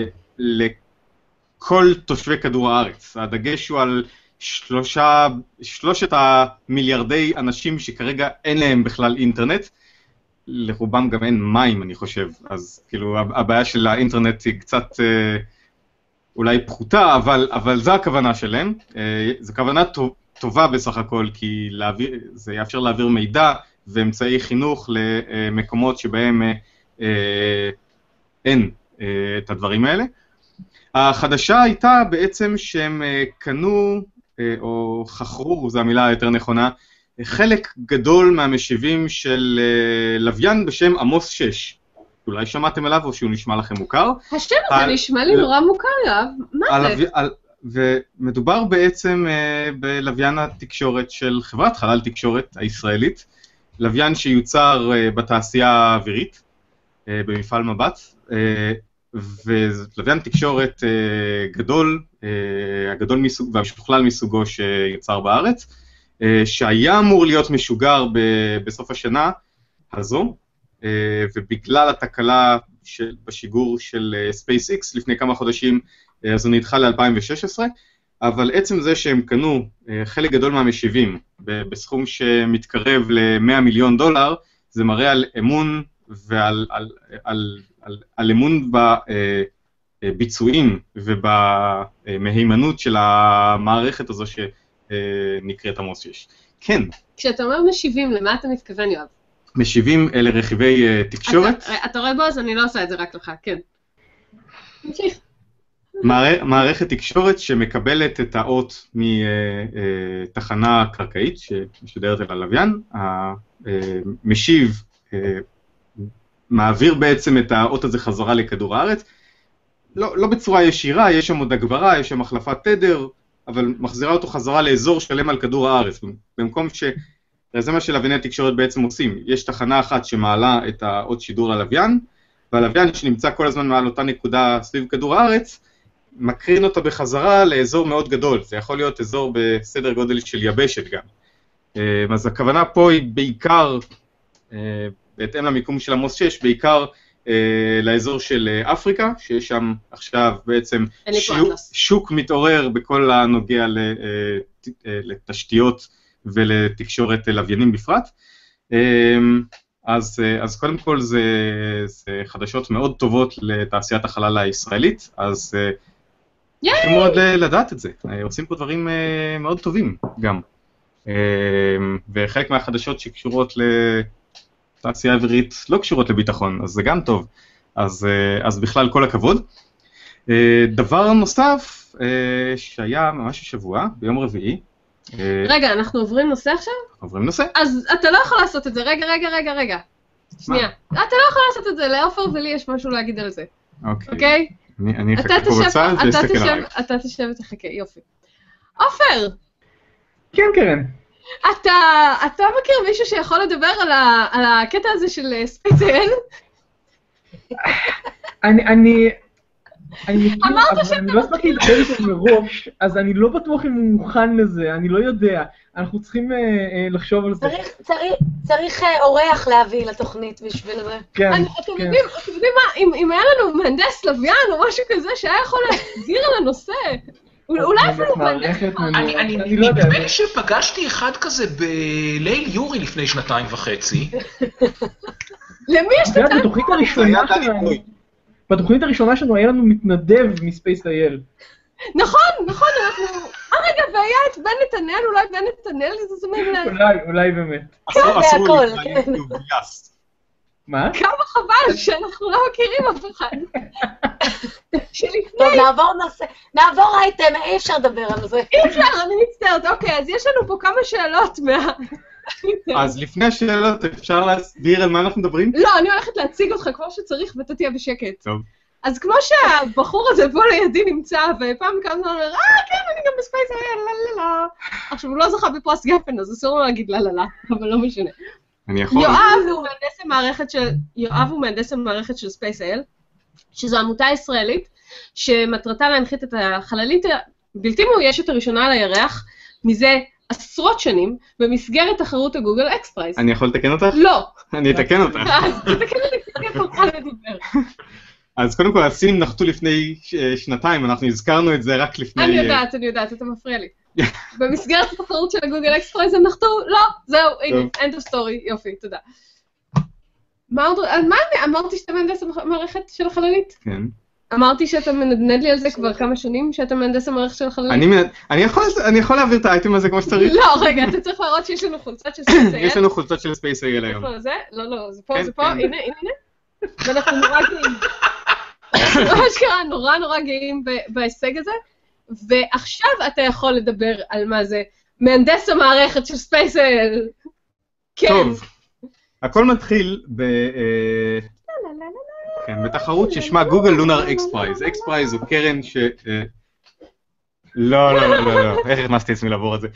לכל תושבי כדור הארץ. הדגש הוא על 3 המיליארדי אנשים שכרגע אין להם בכלל אינטרנט, לרובם גם אין מים, אני חושב, אז כאילו הבעיה של האינטרנט היא קצת אולי פחותה, אבל זו הכוונה שלהם. זו כוונה טובה בסך הכל, כי זה יאפשר להעביר מידע ואמצעי חינוך למקומות שבהם אין את הדברים האלה. החדשה הייתה בעצם שהם קנו, או חכרו, זו המילה היותר נכונה, חלק גדול מהמשיבים של לוויין בשם עמוס 6. אולי שמעתם עליו או שהוא נשמע לכם מוכר? השם הזה נשמע לי נורא מוכר, יואב. מה זה? ומדובר בעצם בלוויין התקשורת של חברת חלל תקשורת הישראלית, לוויין שיוצר בתעשייה האווירית, במפעל מבט, ולוויין תקשורת גדול, הגדול והמשוכלל מסוגו שיוצר בארץ, שהיה אמור להיות משוגר בסוף השנה הזו, ובגלל התקלה בשיגור של SpaceX לפני כמה חודשים, אז הוא נדחה ל-2016, אבל עצם זה שהם קנו חלק גדול מהמשיבים בסכום שמתקרב ל$100 מיליון, זה מראה על אמון ועל אמון בביצועים ובמהימנות של המערכת הזו שנקראת עמוס 6. כן. כשאתה אומר משיבים, למה אתה מתכוון, יואב? משיבים אלה רכיבי תקשורת. אתה רואה בו, אז אני לא עושה את זה רק לך, כן. נמשיך. מערכת תקשורת שמקבלת את האות מתחנה קרקעית שמשודרת אל הלוויין, המשיב מעביר בעצם את האות הזה חזרה לכדור הארץ, לא בצורה ישירה, יש שם עוד הגברה, יש שם החלפת תדר, אבל מחזירה אותו חזרה לאזור שלם על כדור הארץ, במקום זה מה שלווייני התקשורת בעצם עושים, יש תחנה אחת שמעלה את האות שידור ללוויין, והלוויין שנמצא כל הזמן מעל אותה נקודה סביב כדור הארץ, מקרין אותה בחזרה לאזור מאוד גדול, זה יכול להיות אזור בסדר גודל של יבשת גם. אז הכוונה פה היא בעיקר, בהתאם למיקום של עמוס 6, בעיקר לאזור של אפריקה, שיש שם עכשיו בעצם שוק מתעורר בכל הנוגע לתשתיות ולתקשורת לוויינים בפרט. אז קודם כל זה חדשות מאוד טובות לתעשיית החלל הישראלית, אז צריכים מאוד לדעת את זה, עושים פה דברים מאוד טובים גם, וחלק מהחדשות שקשורות לתעשייה אווירית לא קשורות לביטחון, אז זה גם טוב, אז בכלל כל הכבוד. דבר נוסף שהיה ממש השבוע, ביום רביעי, רגע, אנחנו עוברים נושא עכשיו? עוברים נושא. אז אתה לא יכול לעשות את זה, רגע. שנייה. אתה לא יכול לעשות את זה, לעופר ולי יש משהו להגיד על זה. אוקיי? אני אחכה פה בצד ואסתכל עליי. אתה תשב ותחכה, יופי. עופר! כן, קרן. אתה מכיר מישהו שיכול לדבר על הקטע הזה של SpaceX? אני מכיר, אבל אני לא הספקתי לדבר איתו מראש, אז אני לא בטוח אם הוא מוכן לזה, אני לא יודע. אנחנו צריכים לחשוב על זה. צריך אורח להביא לתוכנית בשביל זה. כן, אתם יודעים מה, אם היה לנו מהנדס לוויין או משהו כזה שהיה יכול להסביר על הנושא, אולי אפילו מהנדס. אני נדמה לי שפגשתי אחד כזה בליל יורי לפני 2.5 שנים. למי יש את זה? בתוכנית הראשונה שלנו היה לנו מתנדב מספייס.איי.אל. נכון, אנחנו... רגע, והיה את בן נתנאל, אולי בן נתנאל זה מעניין. אולי באמת. והכל, כן. מה? כמה חבל שאנחנו לא מכירים אף אחד. טוב, נעבור אייטם, אי אפשר לדבר על זה. אי אפשר, אני מצטערת. אוקיי, אז יש לנו פה כמה שאלות אז לפני השאלות, אפשר להסביר על מה אנחנו מדברים? לא, אני הולכת להציג אותך כמו שצריך ואתה תהיה בשקט. טוב. אז כמו שהבחור הזה פה לידי נמצא, ופעם כמה זמן אומר, כן, אני גם בספייס.איי.אל, לא. עכשיו, הוא לא זכה בפרס גפן, אז אסור לו להגיד לא, אבל לא משנה. אני יכול... יואב הוא מהנדס המערכת של SpaceX, שזו עמותה ישראלית, שמטרתה להנחית את החללית הבלתי מאוישת הראשונה על הירח, מזה עשרות שנים במסגרת תחרות הגוגל אקספרייז. אני יכול לתקן אותך? לא. אני אתקן אותך. אז תתקן אותי, תתקן תורך לדבר. אז קודם כל, הסינים נחתו לפני שנתיים, אנחנו הזכרנו את זה רק לפני... אני יודעת, אתה מפריע לי. במסגרת התחרות של הגוגל אקספרייז הם נחתו? לא, זהו, הנה, end of story, יופי, תודה. מה אמרתי שאתה מהנדס המערכת של החללית? כן. אמרתי שאתה מנדנד לי על זה כבר כמה שנים, שאתה מהנדס המערכת של החללית? אני יכול להעביר את האייטם הזה כמו שצריך? לא, רגע, אתה צריך להראות שיש לנו חולצות של ספייס אייל. יש לנו חולצות של ספייס אייל היום. איפה זה? לא, זה פה, הנה. ואנחנו נורא גאים. ממש קרה, נורא גאים בהישג הזה, ועכשיו אתה יכול לדבר על מה זה מהנדס המערכת של ספייס אייל. כן. טוב, הכל מתחיל בתחרות ששמה גוגל לונר אקספרייז. אקספרייז הוא קרן ש... לא, איך הכנסתי עצמי לעבור את זה?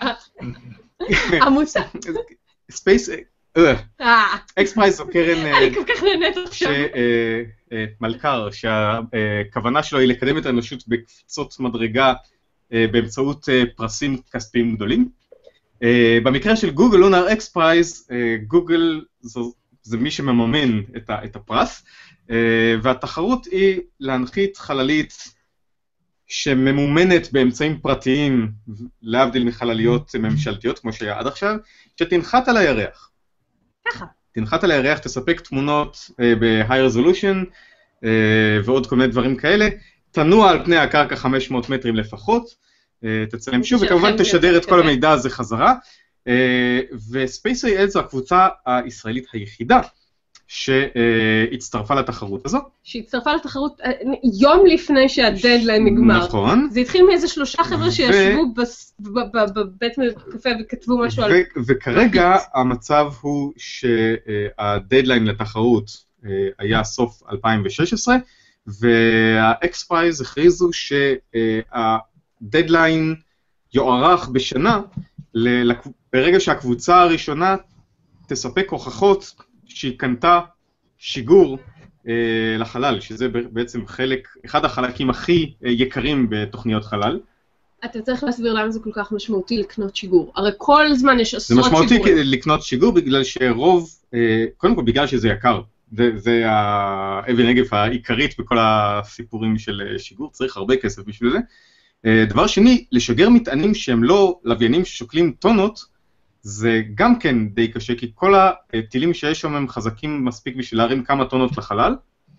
עמוסה. ספייס... אקספרייז זו קרן... אני כל כך נהנית עכשיו. מלכ"ר, שהכוונה שלו היא לקדם את האנושות בקפיצות מדרגה באמצעות פרסים כספיים גדולים. במקרה של גוגל לונר אקספרייז, גוגל זה מי שמממן את הפרס, והתחרות היא להנחית חללית שממומנת באמצעים פרטיים, להבדיל מחלליות ממשלתיות, כמו שהיה עד עכשיו, שתנחת על הירח. ככה. תנחת על הירח, תספק תמונות ב-high resolution, ועוד כל מיני דברים כאלה, תנוע על פני הקרקע 500 מטרים לפחות, תצלם שוב, וכמובן תשדר את כל המידע הזה חזרה, וספייס אייל זו הקבוצה הישראלית היחידה שהצטרפה לתחרות הזו. שהצטרפה לתחרות יום לפני שהדדליין נגמר. נכון. זה התחיל מאיזה 3 חבר'ה שישבו בבית קפה וכתבו משהו על... וכרגע המצב הוא שהדדליין לתחרות היה סוף 2016, והאקספרייז הכריזו שהדדליין יוארך בשנה, ברגע שהקבוצה הראשונה תספק הוכחות שהיא קנתה שיגור לחלל, שזה בעצם אחד החלקים הכי יקרים בתוכניות חלל. אתה צריך להסביר למה זה כל כך משמעותי לקנות שיגור. הרי כל זמן יש עשרות שיגורים. זה משמעותי לקנות שיגור בגלל שרוב, קודם כל בגלל שזה יקר. זה האבן נגף העיקרית בכל הסיפורים של שיגור, צריך הרבה כסף בשביל זה. דבר שני, לשגר מטענים שהם לא לוויינים ששוקלים טונות, זה גם כן די קשה, כי כל הטילים שיש שם הם חזקים מספיק בשביל להרים כמה טונות לחלל,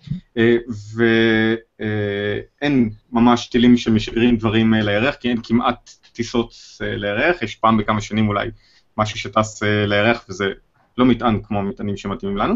ואין ממש טילים שמשגרים דברים לירח, כי אין כמעט טיסות לירח, יש פעם בכמה שנים אולי משהו שטס לירח, וזה לא מטען כמו מטענים שמתאימים לנו.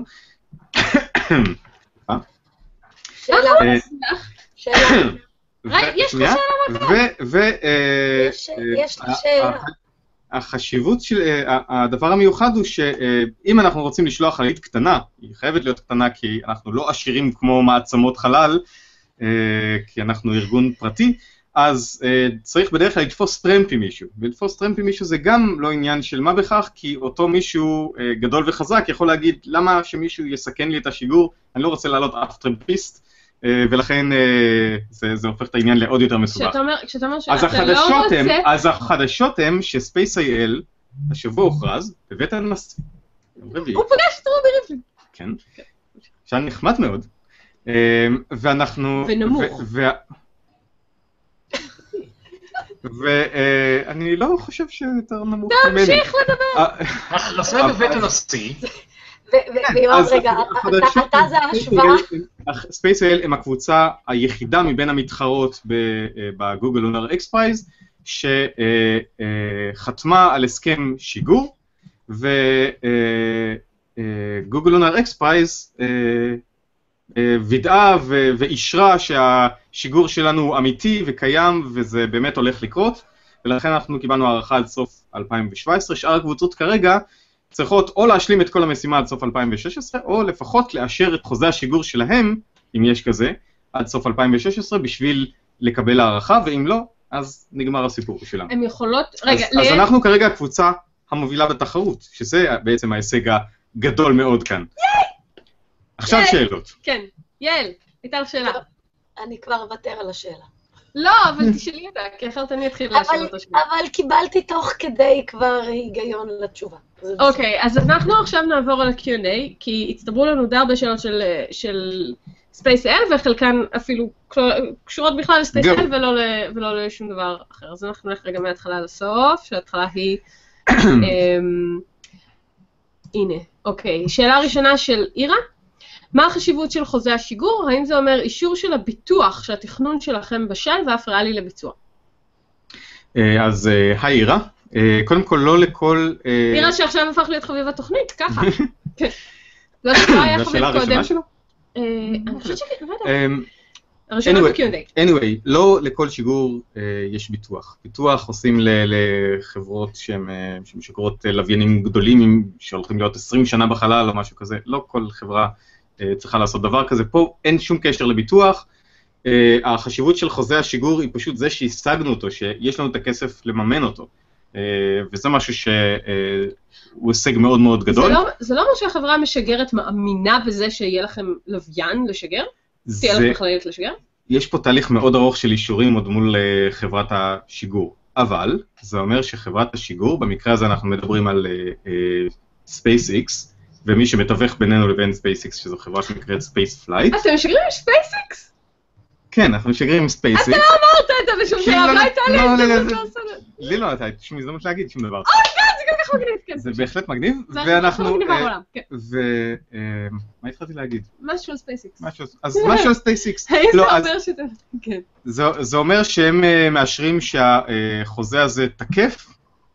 שאלה. יש לי שאלה יש לי שאלה. החשיבות של הדבר המיוחד הוא שאם אנחנו רוצים לשלוח חללית קטנה, היא חייבת להיות קטנה כי אנחנו לא עשירים כמו מעצמות חלל, כי אנחנו ארגון פרטי, אז צריך בדרך כלל לתפוס טרמפ עם מישהו, ולתפוס טרמפ עם מישהו זה גם לא עניין של מה בכך, כי אותו מישהו גדול וחזק יכול להגיד למה שמישהו יסכן לי את השיגור, אני לא רוצה לעלות אף טרמפיסט, ולכן זה הופך את העניין לעוד יותר מסובך. כשאתה אומר שאתה לא רוצה... אז החדשות הם שספייס אייל, השבוע הוכרז, בבית הנשיא. הוא פגש את רובי ריבלין. כן, שהיה נחמד מאוד. ואנחנו... ונמוך. ואני לא חושב שיותר נמוך ממני. תמשיך לדבר. הכרזה בבית הנשיא. ויואב, רגע, אתה זה ההשוואה. ספייס אייל הם הקבוצה היחידה מבין המתחרות בגוגל לונר אקספרייז, שחתמה על הסכם שיגור, וגוגל לונר אקספרייז וידאה ואישרה שהשיגור שלנו הוא אמיתי וקיים, וזה באמת הולך לקרות, ולכן אנחנו קיבלנו הערכה עד סוף 2017, שאר הקבוצות כרגע, צריכות או להשלים את כל המשימה עד סוף 2016, או לפחות לאשר את חוזה השיגור שלהם, אם יש כזה, עד סוף 2016, בשביל לקבל הערכה, ואם לא, אז נגמר הסיפור שלנו. הן יכולות... רגע, אז אנחנו כרגע הקבוצה המובילה בתחרות, שזה בעצם ההישג הגדול מאוד כאן. עכשיו שאלות. כן, יעל, הייתה לך שאלה. אני כבר אוותר על השאלה. לא, אבל תשאלי אותה, כי אחרת אני אתחיל להשאיר אותו שלי. אבל קיבלתי תוך כדי כבר היגיון לתשובה. אוקיי, אז אנחנו עכשיו נעבור על ה-Q&A, כי הצטברו לנו די הרבה שאלות של SpaceL, וחלקן אפילו קשורות בכלל ל-SpaceL ולא לשום דבר אחר. אז אנחנו נלך רגע מההתחלה לסוף, שההתחלה היא... הנה, אוקיי. שאלה ראשונה של אירה. מה החשיבות של חוזה השיגור? האם זה אומר אישור של הביטוח שהתכנון שלכם בשל ואף ריאלי לביצוע? אז היי אירה. קודם כל לא לכל... אירה שעכשיו הפך להיות חביב התוכנית, ככה. לא שלא היה חביב קודם. השאלה הראשונה שלו? אני חושבת שכן, לא יודעת. הראשונה ב-Q&A. anyway, לא לכל שיגור יש ביטוח. ביטוח עושים לחברות שהן משגרות לוויינים גדולים שהולכים להיות 20 שנה בחלל או משהו כזה. לא כל חברה צריכה לעשות דבר כזה. פה אין שום קשר לביטוח. החשיבות של חוזה השיגור היא פשוט זה שהשגנו אותו, שיש לנו את הכסף לממן אותו. וזה משהו שהוא הישג מאוד מאוד גדול. זה לא אומר שהחברה המשגרת מאמינה בזה שיהיה לכם לוויין לשגר? תהיה לכם חללית לשגר? יש פה תהליך מאוד ארוך של אישורים עוד מול חברת השיגור. אבל זה אומר שחברת השיגור, במקרה הזה אנחנו מדברים על SpaceX, ומי שמתווך בינינו לבין SpaceX, שזו חברה שנקראת Spaceflight. אתם משגרים עם SpaceX? כן, אנחנו משגרים עם SpaceX. אתה לא אמרת את זה בשום שלב, לא הייתה לי הזדמנות לעשות את זה. לי לא הייתה שום הזדמנות להגיד שום דבר. זה כל כך מגניב, כן. זה בהחלט מגניב, זה הכי מגניב בעולם, כן. מה התחלתי להגיד? משהו על SpaceX. אז משהו על SpaceX. האם זה אומר שאתם... כן. זה אומר שהם מאשרים שהחוזה הזה תקף,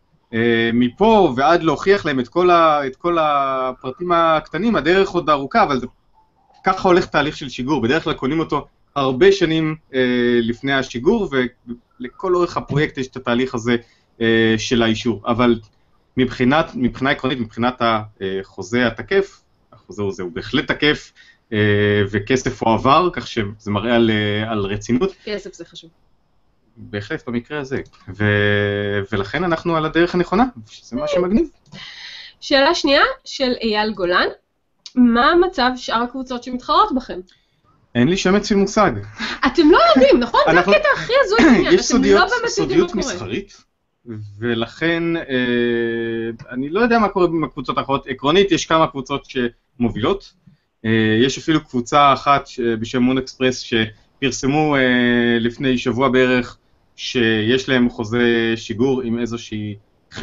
מפה ועד להוכיח להם את כל הפרטים הקטנים, הדרך עוד ארוכה, אבל ככה הולך תהליך של שיגור. בדרך כלל קונים אותו הרבה שנים לפני השיגור, ולכל אורך הפרויקט יש את התהליך הזה של האישור. אבל מבחינה עקרונית, מבחינת החוזה התקף, החוזה הזה הוא בהחלט תקף, וכסף הוא עבר, כך שזה מראה על רצינות. כסף זה חשוב. בהחלט במקרה הזה. ולכן אנחנו על הדרך הנכונה, שזה מה שמגניב. שאלה שנייה של אייל גולן, מה המצב שאר הקבוצות שמתחרות בכם? אין לי שמץ של מושג. אתם לא יודעים, נכון? זה הקטע הכי הזוי בעניין, יש אתם לא באמת יודעים מה סודיות קורה. מסחרית, ולכן אני לא יודע מה קורה בקבוצות האחרות. עקרונית יש כמה קבוצות שמובילות, יש אפילו קבוצה אחת בשם מון אקספרס שפרסמו לפני שבוע בערך שיש להם חוזה שיגור עם איזושהי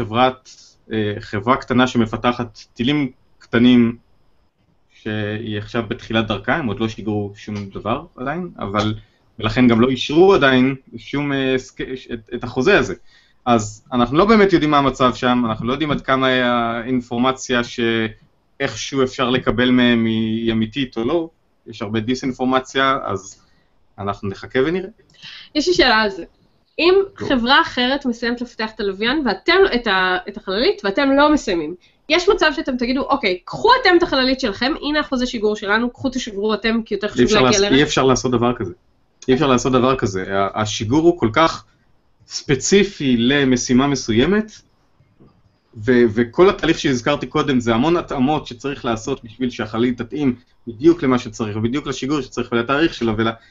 חברה קטנה שמפתחת טילים קטנים שהיא עכשיו בתחילת דרכה, הם עוד לא שיגרו שום דבר עדיין, אבל ולכן גם לא אישרו עדיין שום את החוזה הזה. אז אנחנו לא באמת יודעים מה המצב שם, אנחנו לא יודעים עד כמה האינפורמציה שאיכשהו אפשר לקבל מהם היא אמיתית או לא, יש הרבה דיסאינפורמציה, אז אנחנו נחכה ונראה. יש לי שאלה על זה. אם חברה אחרת מסיימת לפתח את הלוויין, ואתם את החללית, ואתם לא מסיימים, יש מצב שאתם תגידו, אוקיי, קחו אתם את החללית שלכם, הנה החוזה שיגור שלנו, קחו תשגרו אתם, כי יותר חשוב להגיע לערך. אי אפשר לעשות דבר כזה. אי אפשר לעשות דבר כזה. השיגור הוא כל כך ספציפי למשימה מסוימת, וכל התהליך שהזכרתי קודם זה המון התאמות שצריך לעשות בשביל שהחללית תתאים בדיוק למה שצריך, ובדיוק לשיגור שצריך ולתאריך שלו,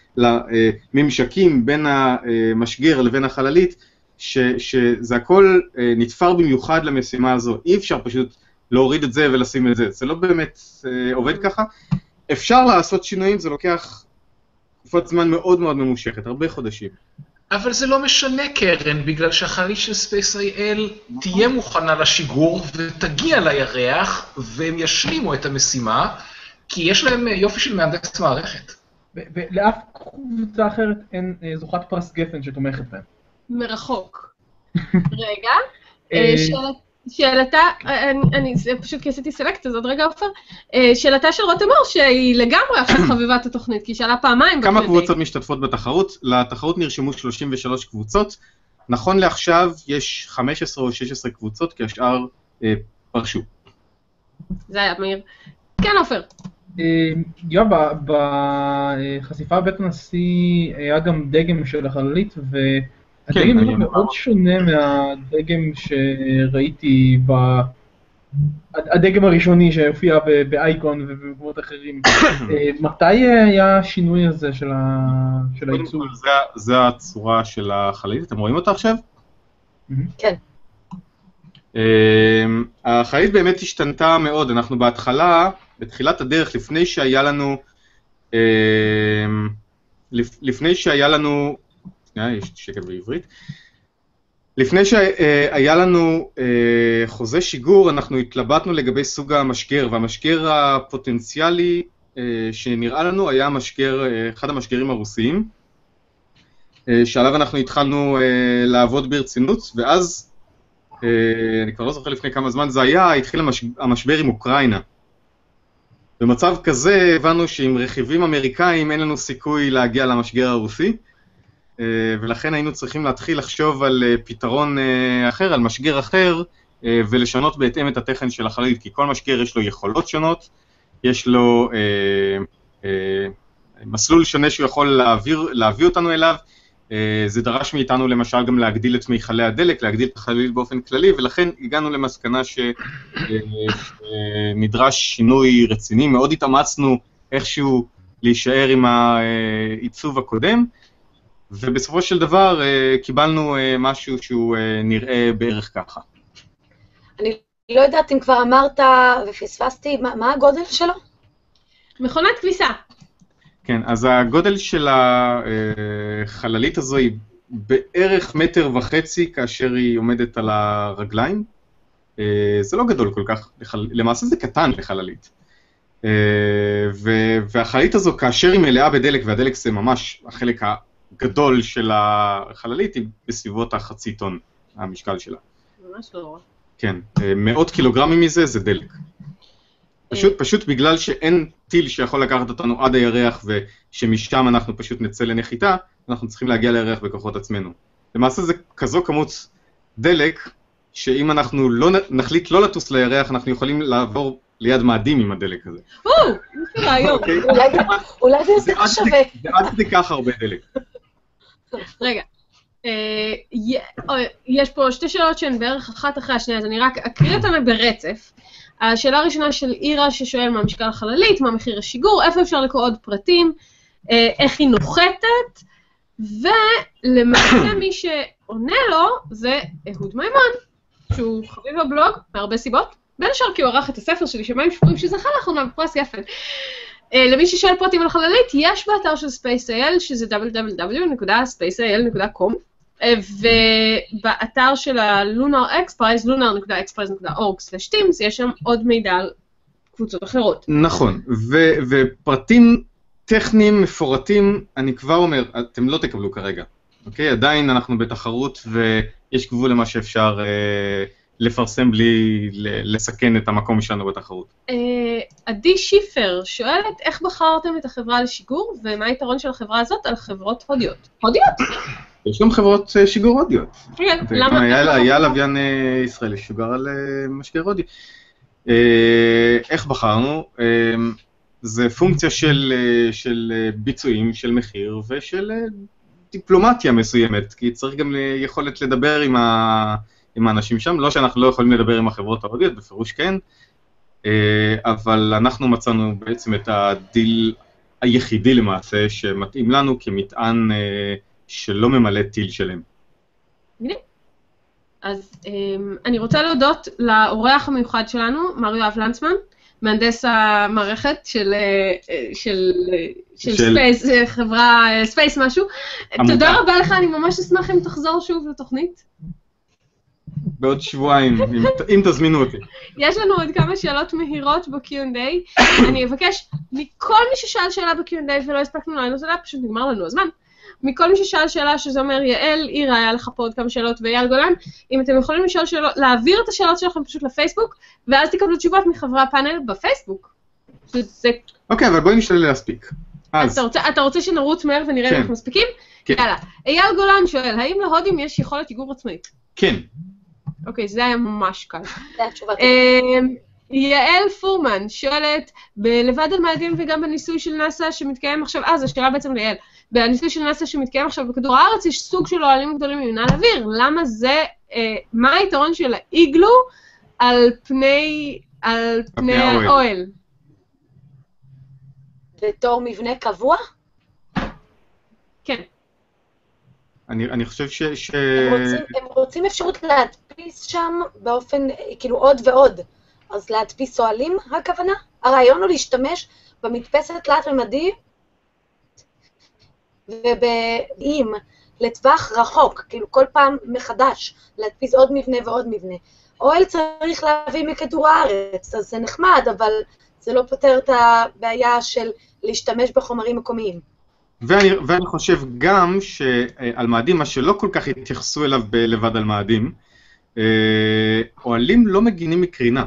ולממשקים בין המשגר לבין החללית, שזה הכל נתפר במיוחד למשימה הזו. אי אפשר פשוט להוריד את זה ולשים את זה. זה לא באמת עובד ככה. אפשר לעשות שינויים, זה לוקח תקופת זמן מאוד מאוד ממושכת, הרבה חודשים. אבל זה לא משנה, קרן, בגלל שהחללית של SpaceIL תהיה מוכנה לשיגור ותגיע לירח, והם ישלימו את המשימה, כי יש להם יופי של מהנדס מערכת. לאף קבוצה אחרת אין זוכת פרס גפן שתומכת בהם. מרחוק. רגע, שאלתה, זה פשוט כי עשיתי סלקט, אז עוד רגע עופר, שאלתה של רותם אור, שהיא לגמרי עכשיו חביבת התוכנית, כי היא שאלה פעמיים. כמה קבוצות משתתפות בתחרות? לתחרות נרשמו 33 קבוצות, נכון לעכשיו יש 15 או 16 קבוצות, כי השאר פרשו. זה היה מהיר. כן, עופר. יואב, בחשיפה בבית הנשיא היה גם דגם של החללית, הדגם הוא מאוד שונה מהדגם שראיתי הדגם הראשוני שהופיע באייקון ובמקומות אחרים. מתי היה השינוי הזה של העיצוב? זה הצורה של החללית, אתם רואים אותה עכשיו? כן. החללית באמת השתנתה מאוד, אנחנו בהתחלה, בתחילת הדרך, לפני שהיה לנו, יש שקט בעברית, לפני שהיה לנו חוזה שיגור, אנחנו התלבטנו לגבי סוג המשגר, והמשגר הפוטנציאלי שנראה לנו היה אחד המשגרים הרוסיים, שעליו אנחנו התחלנו לעבוד ברצינות, ואז, אני כבר לא זוכר לפני כמה זמן זה היה, התחיל המשבר עם אוקראינה. במצב כזה הבנו שעם רכיבים אמריקאים אין לנו סיכוי להגיע למשגר הרוסי, ולכן היינו צריכים להתחיל לחשוב על פתרון אחר, על משגר אחר, ולשנות בהתאם את התכן של החללית, כי כל משגר יש לו יכולות שונות, יש לו מסלול שונה שהוא יכול להביא אותנו אליו, זה דרש מאיתנו למשל גם להגדיל את מיכלי הדלק, להגדיל את החללית באופן כללי, ולכן הגענו למסקנה שנדרש שינוי רציני, מאוד התאמצנו איכשהו להישאר עם העיצוב הקודם, ובסופו של דבר קיבלנו משהו שהוא נראה בערך ככה. אני לא יודעת אם כבר אמרת ופספסתי, מה הגודל שלו? מכונת כביסה. כן, אז הגודל של החללית הזו היא בערך 1.5 מטר, כאשר היא עומדת על הרגליים. זה לא גדול כל כך, למעשה זה קטן לחללית. והחללית הזו, כאשר היא מלאה בדלק, והדלק זה ממש החלק הגדול של החללית, היא בסביבות 0.5 טון, המשקל שלה. ממש לא רע. כן, 100 קילוגרמים מזה זה דלק. פשוט בגלל שאין טיל שיכול לקחת אותנו עד הירח ושמשם אנחנו פשוט נצא לנחיתה, אנחנו צריכים להגיע לירח בכוחות עצמנו. למעשה זה כזו כמות דלק, שאם אנחנו נחליט לא לטוס לירח, אנחנו יכולים לעבור ליד מאדים עם הדלק הזה. זה רעיון. אולי זה יעשה שווה. זה עד כדי כך הרבה דלק. רגע, יש פה שתי שאלות שהן בערך אחת אחרי השנייה, אז אני רק אקריא אותן ברצף. השאלה הראשונה של אירה ששואל מה משקל החללית, מה מחיר השיגור, איפה אפשר לקרוא עוד פרטים, איך היא נוחתת, ולמעשה מי שעונה לו זה אהוד מימון, שהוא חביב בבלוג מהרבה סיבות, בין השאר כי הוא ערך את הספר שלי שמיים שפורים שזכה לאחרונה בפרס יפן. למי ששואל פרטים על חללית, יש באתר של SpaceIL, שזה www.spaceil.com, ובאתר של ה-Lunar X Prize, lunar.xprize.org/teams, יש שם עוד מידע על קבוצות אחרות. נכון, ופרטים טכניים מפורטים, אני כבר אומר, אתם לא תקבלו כרגע, אוקיי? עדיין אנחנו בתחרות ויש גבול למה שאפשר לפרסם בלי לסכן את המקום שלנו בתחרות. עדי שיפר שואלת, איך בחרתם את החברה לשיגור, ומה היתרון של החברה הזאת על חברות הודיות? הודיות? יש גם חברות שיגור הודיות. למה? היה לוויין ישראלי ששוגר על משגר הודי. איך בחרנו? זה פונקציה של ביצועים, של מחיר ושל דיפלומטיה מסוימת, כי צריך גם יכולת לדבר עם האנשים שם, לא שאנחנו לא יכולים לדבר עם החברות ההודיות, בפירוש כן, אבל אנחנו מצאנו בעצם את הדיל היחידי למעשה שמתאים לנו כמטען שלא ממלא טיל שלם. אז אני רוצה להודות לאורח המיוחד שלנו, מר יואב לנצמן, מהנדס המערכת של ספייס, חברה ספייס משהו. תודה רבה לך, אני ממש אשמח אם תחזור שוב לתוכנית. בעוד שבועיים, אם תזמינו אותי. יש לנו עוד כמה שאלות מהירות ב-Q&A. אני אבקש מכל מי ששאל שאלה ב-Q&A ולא הספקנו לענות עליה, פשוט נגמר לנו הזמן. מכל מי ששאל שאלה, שזה אומר יעל, אירה, היה לך פה עוד כמה שאלות, ואייל גולן, אם אתם יכולים לשאול שאלות, להעביר את השאלות שלכם פשוט לפייסבוק, ואז תקבלו תשובות מחברי הפאנל בפייסבוק. אוקיי, אבל בואי נשתדל להספיק. אתה רוצה שנרוץ מהר ונראה אם אנחנו מספיקים? יאללה. אייל גולן שואל, האם להודים יש יכולת איגור עצמאית? כן. אוקיי, זה היה ממש קל. זה התשובה. יעל פורמן שואלת, בלבד על מאדים וגם בניסוי של נאסא שמתקיים עכשיו, זו שאלה בעצם ליעל, בניסוי של נאסא שמתקיים עכשיו בכדור הארץ, יש סוג של אוהלים גדולים ממנהל אוויר, למה זה, מה היתרון של האיגלו על פני האוהל. בתור מבנה קבוע? כן. אני חושב הם רוצים אפשרות להדפיס שם באופן, כאילו עוד ועוד. אז להדפיס אוהלים, הכוונה? הרעיון הוא להשתמש במדפסת תלת-ממדית ובאים לטווח רחוק, כאילו כל פעם מחדש, להדפיס עוד מבנה ועוד מבנה. אוהל צריך להביא מכדור הארץ, אז זה נחמד, אבל זה לא פותר את הבעיה של להשתמש בחומרים מקומיים. ואני חושב גם שעל מאדים, מה שלא כל כך התייחסו אליו בלבד על מאדים, אוהלים לא מגינים מקרינה.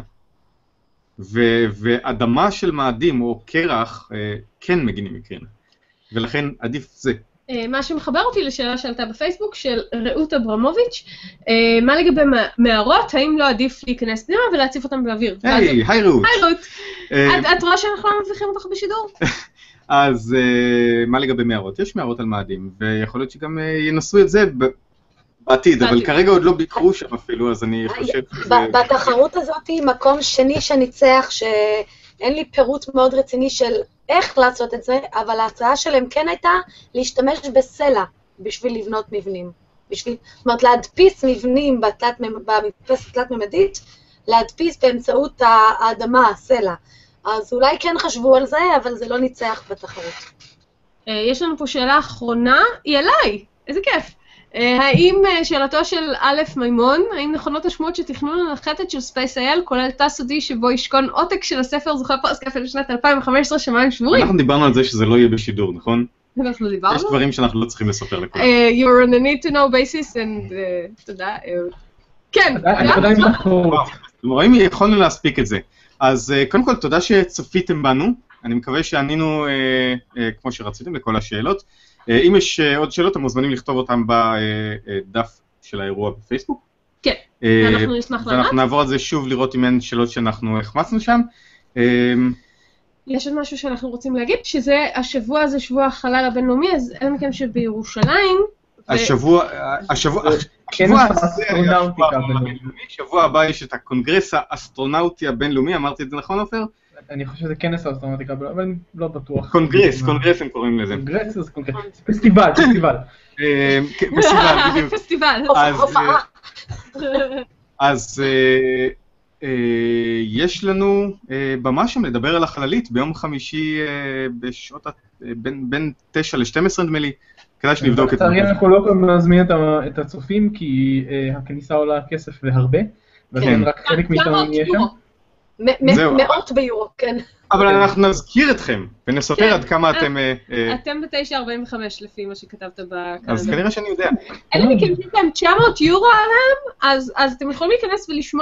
ואדמה של מאדים או קרח כן מגינים מקרינה. ולכן עדיף זה. מה שמחבר אותי לשאלה שעלתה בפייסבוק של רעות אברמוביץ', מה לגבי מערות, האם לא עדיף להיכנס פנימה ולהציף אותם באוויר? היי רעות. היי רעות. את רואה שאנחנו לא מביכים אותך בשידור? אז מה לגבי מערות? יש מערות על מאדים, ויכול להיות שגם ינסו את זה בעתיד, אבל כרגע עוד לא ביקרו שם אפילו, אז אני חושב שזה... בתחרות הזאת, מקום שני שניצח, שאין לי פירוט מאוד רציני של איך לעשות את זה, אבל ההצעה שלהם כן הייתה להשתמש בסלע בשביל לבנות מבנים. זאת אומרת, להדפיס מבנים במדפסת תלת-ממדית, להדפיס באמצעות האדמה, הסלע. אז אולי כן חשבו על זה, אבל זה לא ניצח בתחרות. יש לנו פה שאלה אחרונה, היא אליי, איזה כיף. האם שאלתו של א' מימון, האם נכונות השמועות שתכנון הנחתת של SpaceIL, כולל תא סודי שבו ישכון עותק של הספר זוכה פרס כפל לשנת 2015 שמיים שבורים? אנחנו דיברנו על זה שזה לא יהיה בשידור, נכון? אנחנו דיברנו? יש דברים שאנחנו לא צריכים לספר לכולם. You're on a need to know basis, and תודה. כן. אני עדיין בחורות. אם יכולנו להספיק את זה. אז קודם כל, תודה שצפיתם בנו. אני מקווה שענינו כמו שרציתם לכל השאלות. אם יש עוד שאלות, אתם מוזמנים לכתוב אותם בדף של האירוע בפייסבוק. כן, ואנחנו נשמח לענות. ואנחנו נעבור על זה שוב לראות אם אין שאלות שאנחנו החמצנו שם. יש עוד משהו שאנחנו רוצים להגיד, שזה השבוע הזה, שבוע החלל הבינלאומי, אז אין מכם שבירושלים. שבוע הבא יש את הקונגרס האסטרונאוטי הבינלאומי, אמרתי את זה נכון עופר? אני חושב שזה כנס האסטרונאוטיקה, אבל אני לא בטוח. קונגרס הם קוראים לזה. קונגרס זה קונגרס. פסטיבל. בדיוק. פסטיבל. אז יש לנו במה שם לדבר על החללית ביום חמישי בשעות בין 9 ל-12 נדמה לי. כדאי שנבדוק את זה. אנחנו לא יכולים להזמין את הצופים כי הכניסה עולה כסף והרבה. ולכן רק חלק מאיתנו נהיה שם. מאות ביורו, כן. אבל אנחנו נזכיר אתכם, ונספר עד כמה אתם... אתם ב-9.45 לפי מה שכתבת בקלנדר. אז כנראה שאני יודע. אלה מכם שיש 900 יורו עליהם, אז אתם יכולים להיכנס ולשמוע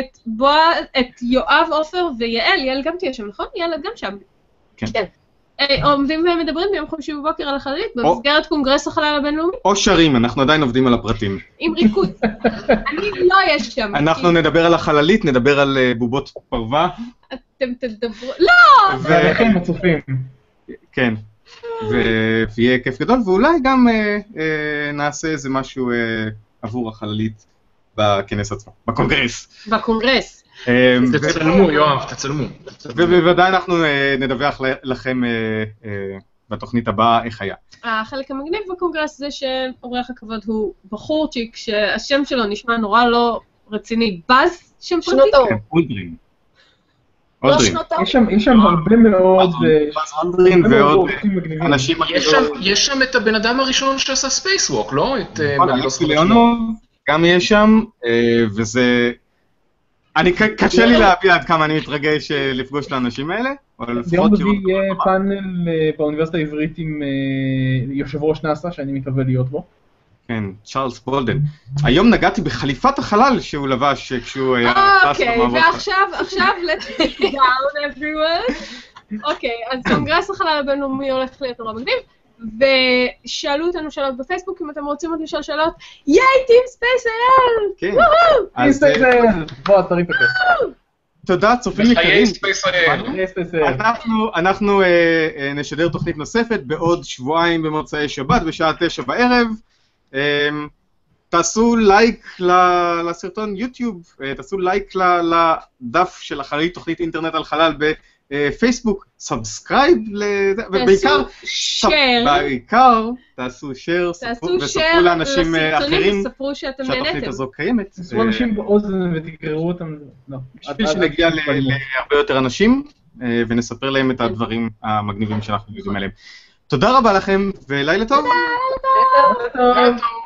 את יואב, עופר ויעל. יעל גם תהיה שם, נכון? יעל גם שם. כן. עומדים והם מדברים ביום חמישי בבוקר על החללית, במסגרת קונגרס החלל הבינלאומי. או שרים, אנחנו עדיין עובדים על הפרטים. עם ריקוד. אני לא יש שם. אנחנו נדבר על החללית, נדבר על בובות פרווה. אתם תדברו... לא! ועליכם הצופים. כן. ויהיה כיף גדול, ואולי גם נעשה איזה משהו עבור החללית בכנס עצמו, בקונגרס. בקונגרס. תצלמו, יואב, תצלמו. ובוודאי אנחנו נדווח לכם בתוכנית הבאה איך היה. החלק המגניב בקונגרס זה שאורח הכבוד הוא בחורצ'יק, שהשם שלו נשמע נורא לא רציני. באז שם פרטי? שנותו. אולדרין. לא שנותו. יש שם הרבה מאוד... אולדרין ועוד אנשים... יש שם את הבן אדם הראשון שעשה ספייסווק, לא? אלכס ליאונוב גם יש שם, וזה... קשה לי להביע עד כמה אני מתרגש לפגוש את האנשים האלה, אבל לפחות... ביום רביעי יהיה פאנל באוניברסיטה העברית עם יושב ראש נאסא, שאני מקווה להיות בו. כן, צ'ארלס בולדן. היום נגעתי בחליפת החלל שהוא לבש כשהוא היה... אוקיי, ועכשיו, let's take it down everyone. אוקיי, אז קונגרס החלל הבינלאומי הולך להיות נורא מגניב, ושאלו אותנו שאלות בפייסבוק, אם אתם רוצים עוד לשאול שאלות, ייי, טים SpaceIL! כן. טים SpaceIL! בוא, תרים את הכף. תודה, צופים יקרים. SpaceIL. אנחנו נשדר תוכנית נוספת בעוד שבועיים במוצאי שבת, בשעה 9 בערב. תעשו לייק לסרטון יוטיוב, תעשו לייק לדף של אחרי תוכנית אינטרנט על חלל בפייסבוק, סאבסקרייב, בעיקר תעשו שייר, וספרו לאנשים אחרים שהתוכנית הזו קיימת. תעשו אנשים באוזן ותקראו אותם. בשביל שנגיע להרבה יותר אנשים, ונספר להם את הדברים המגניבים שאנחנו יודעים עליהם. תודה רבה לכם, ולילה טוב. לילה טוב.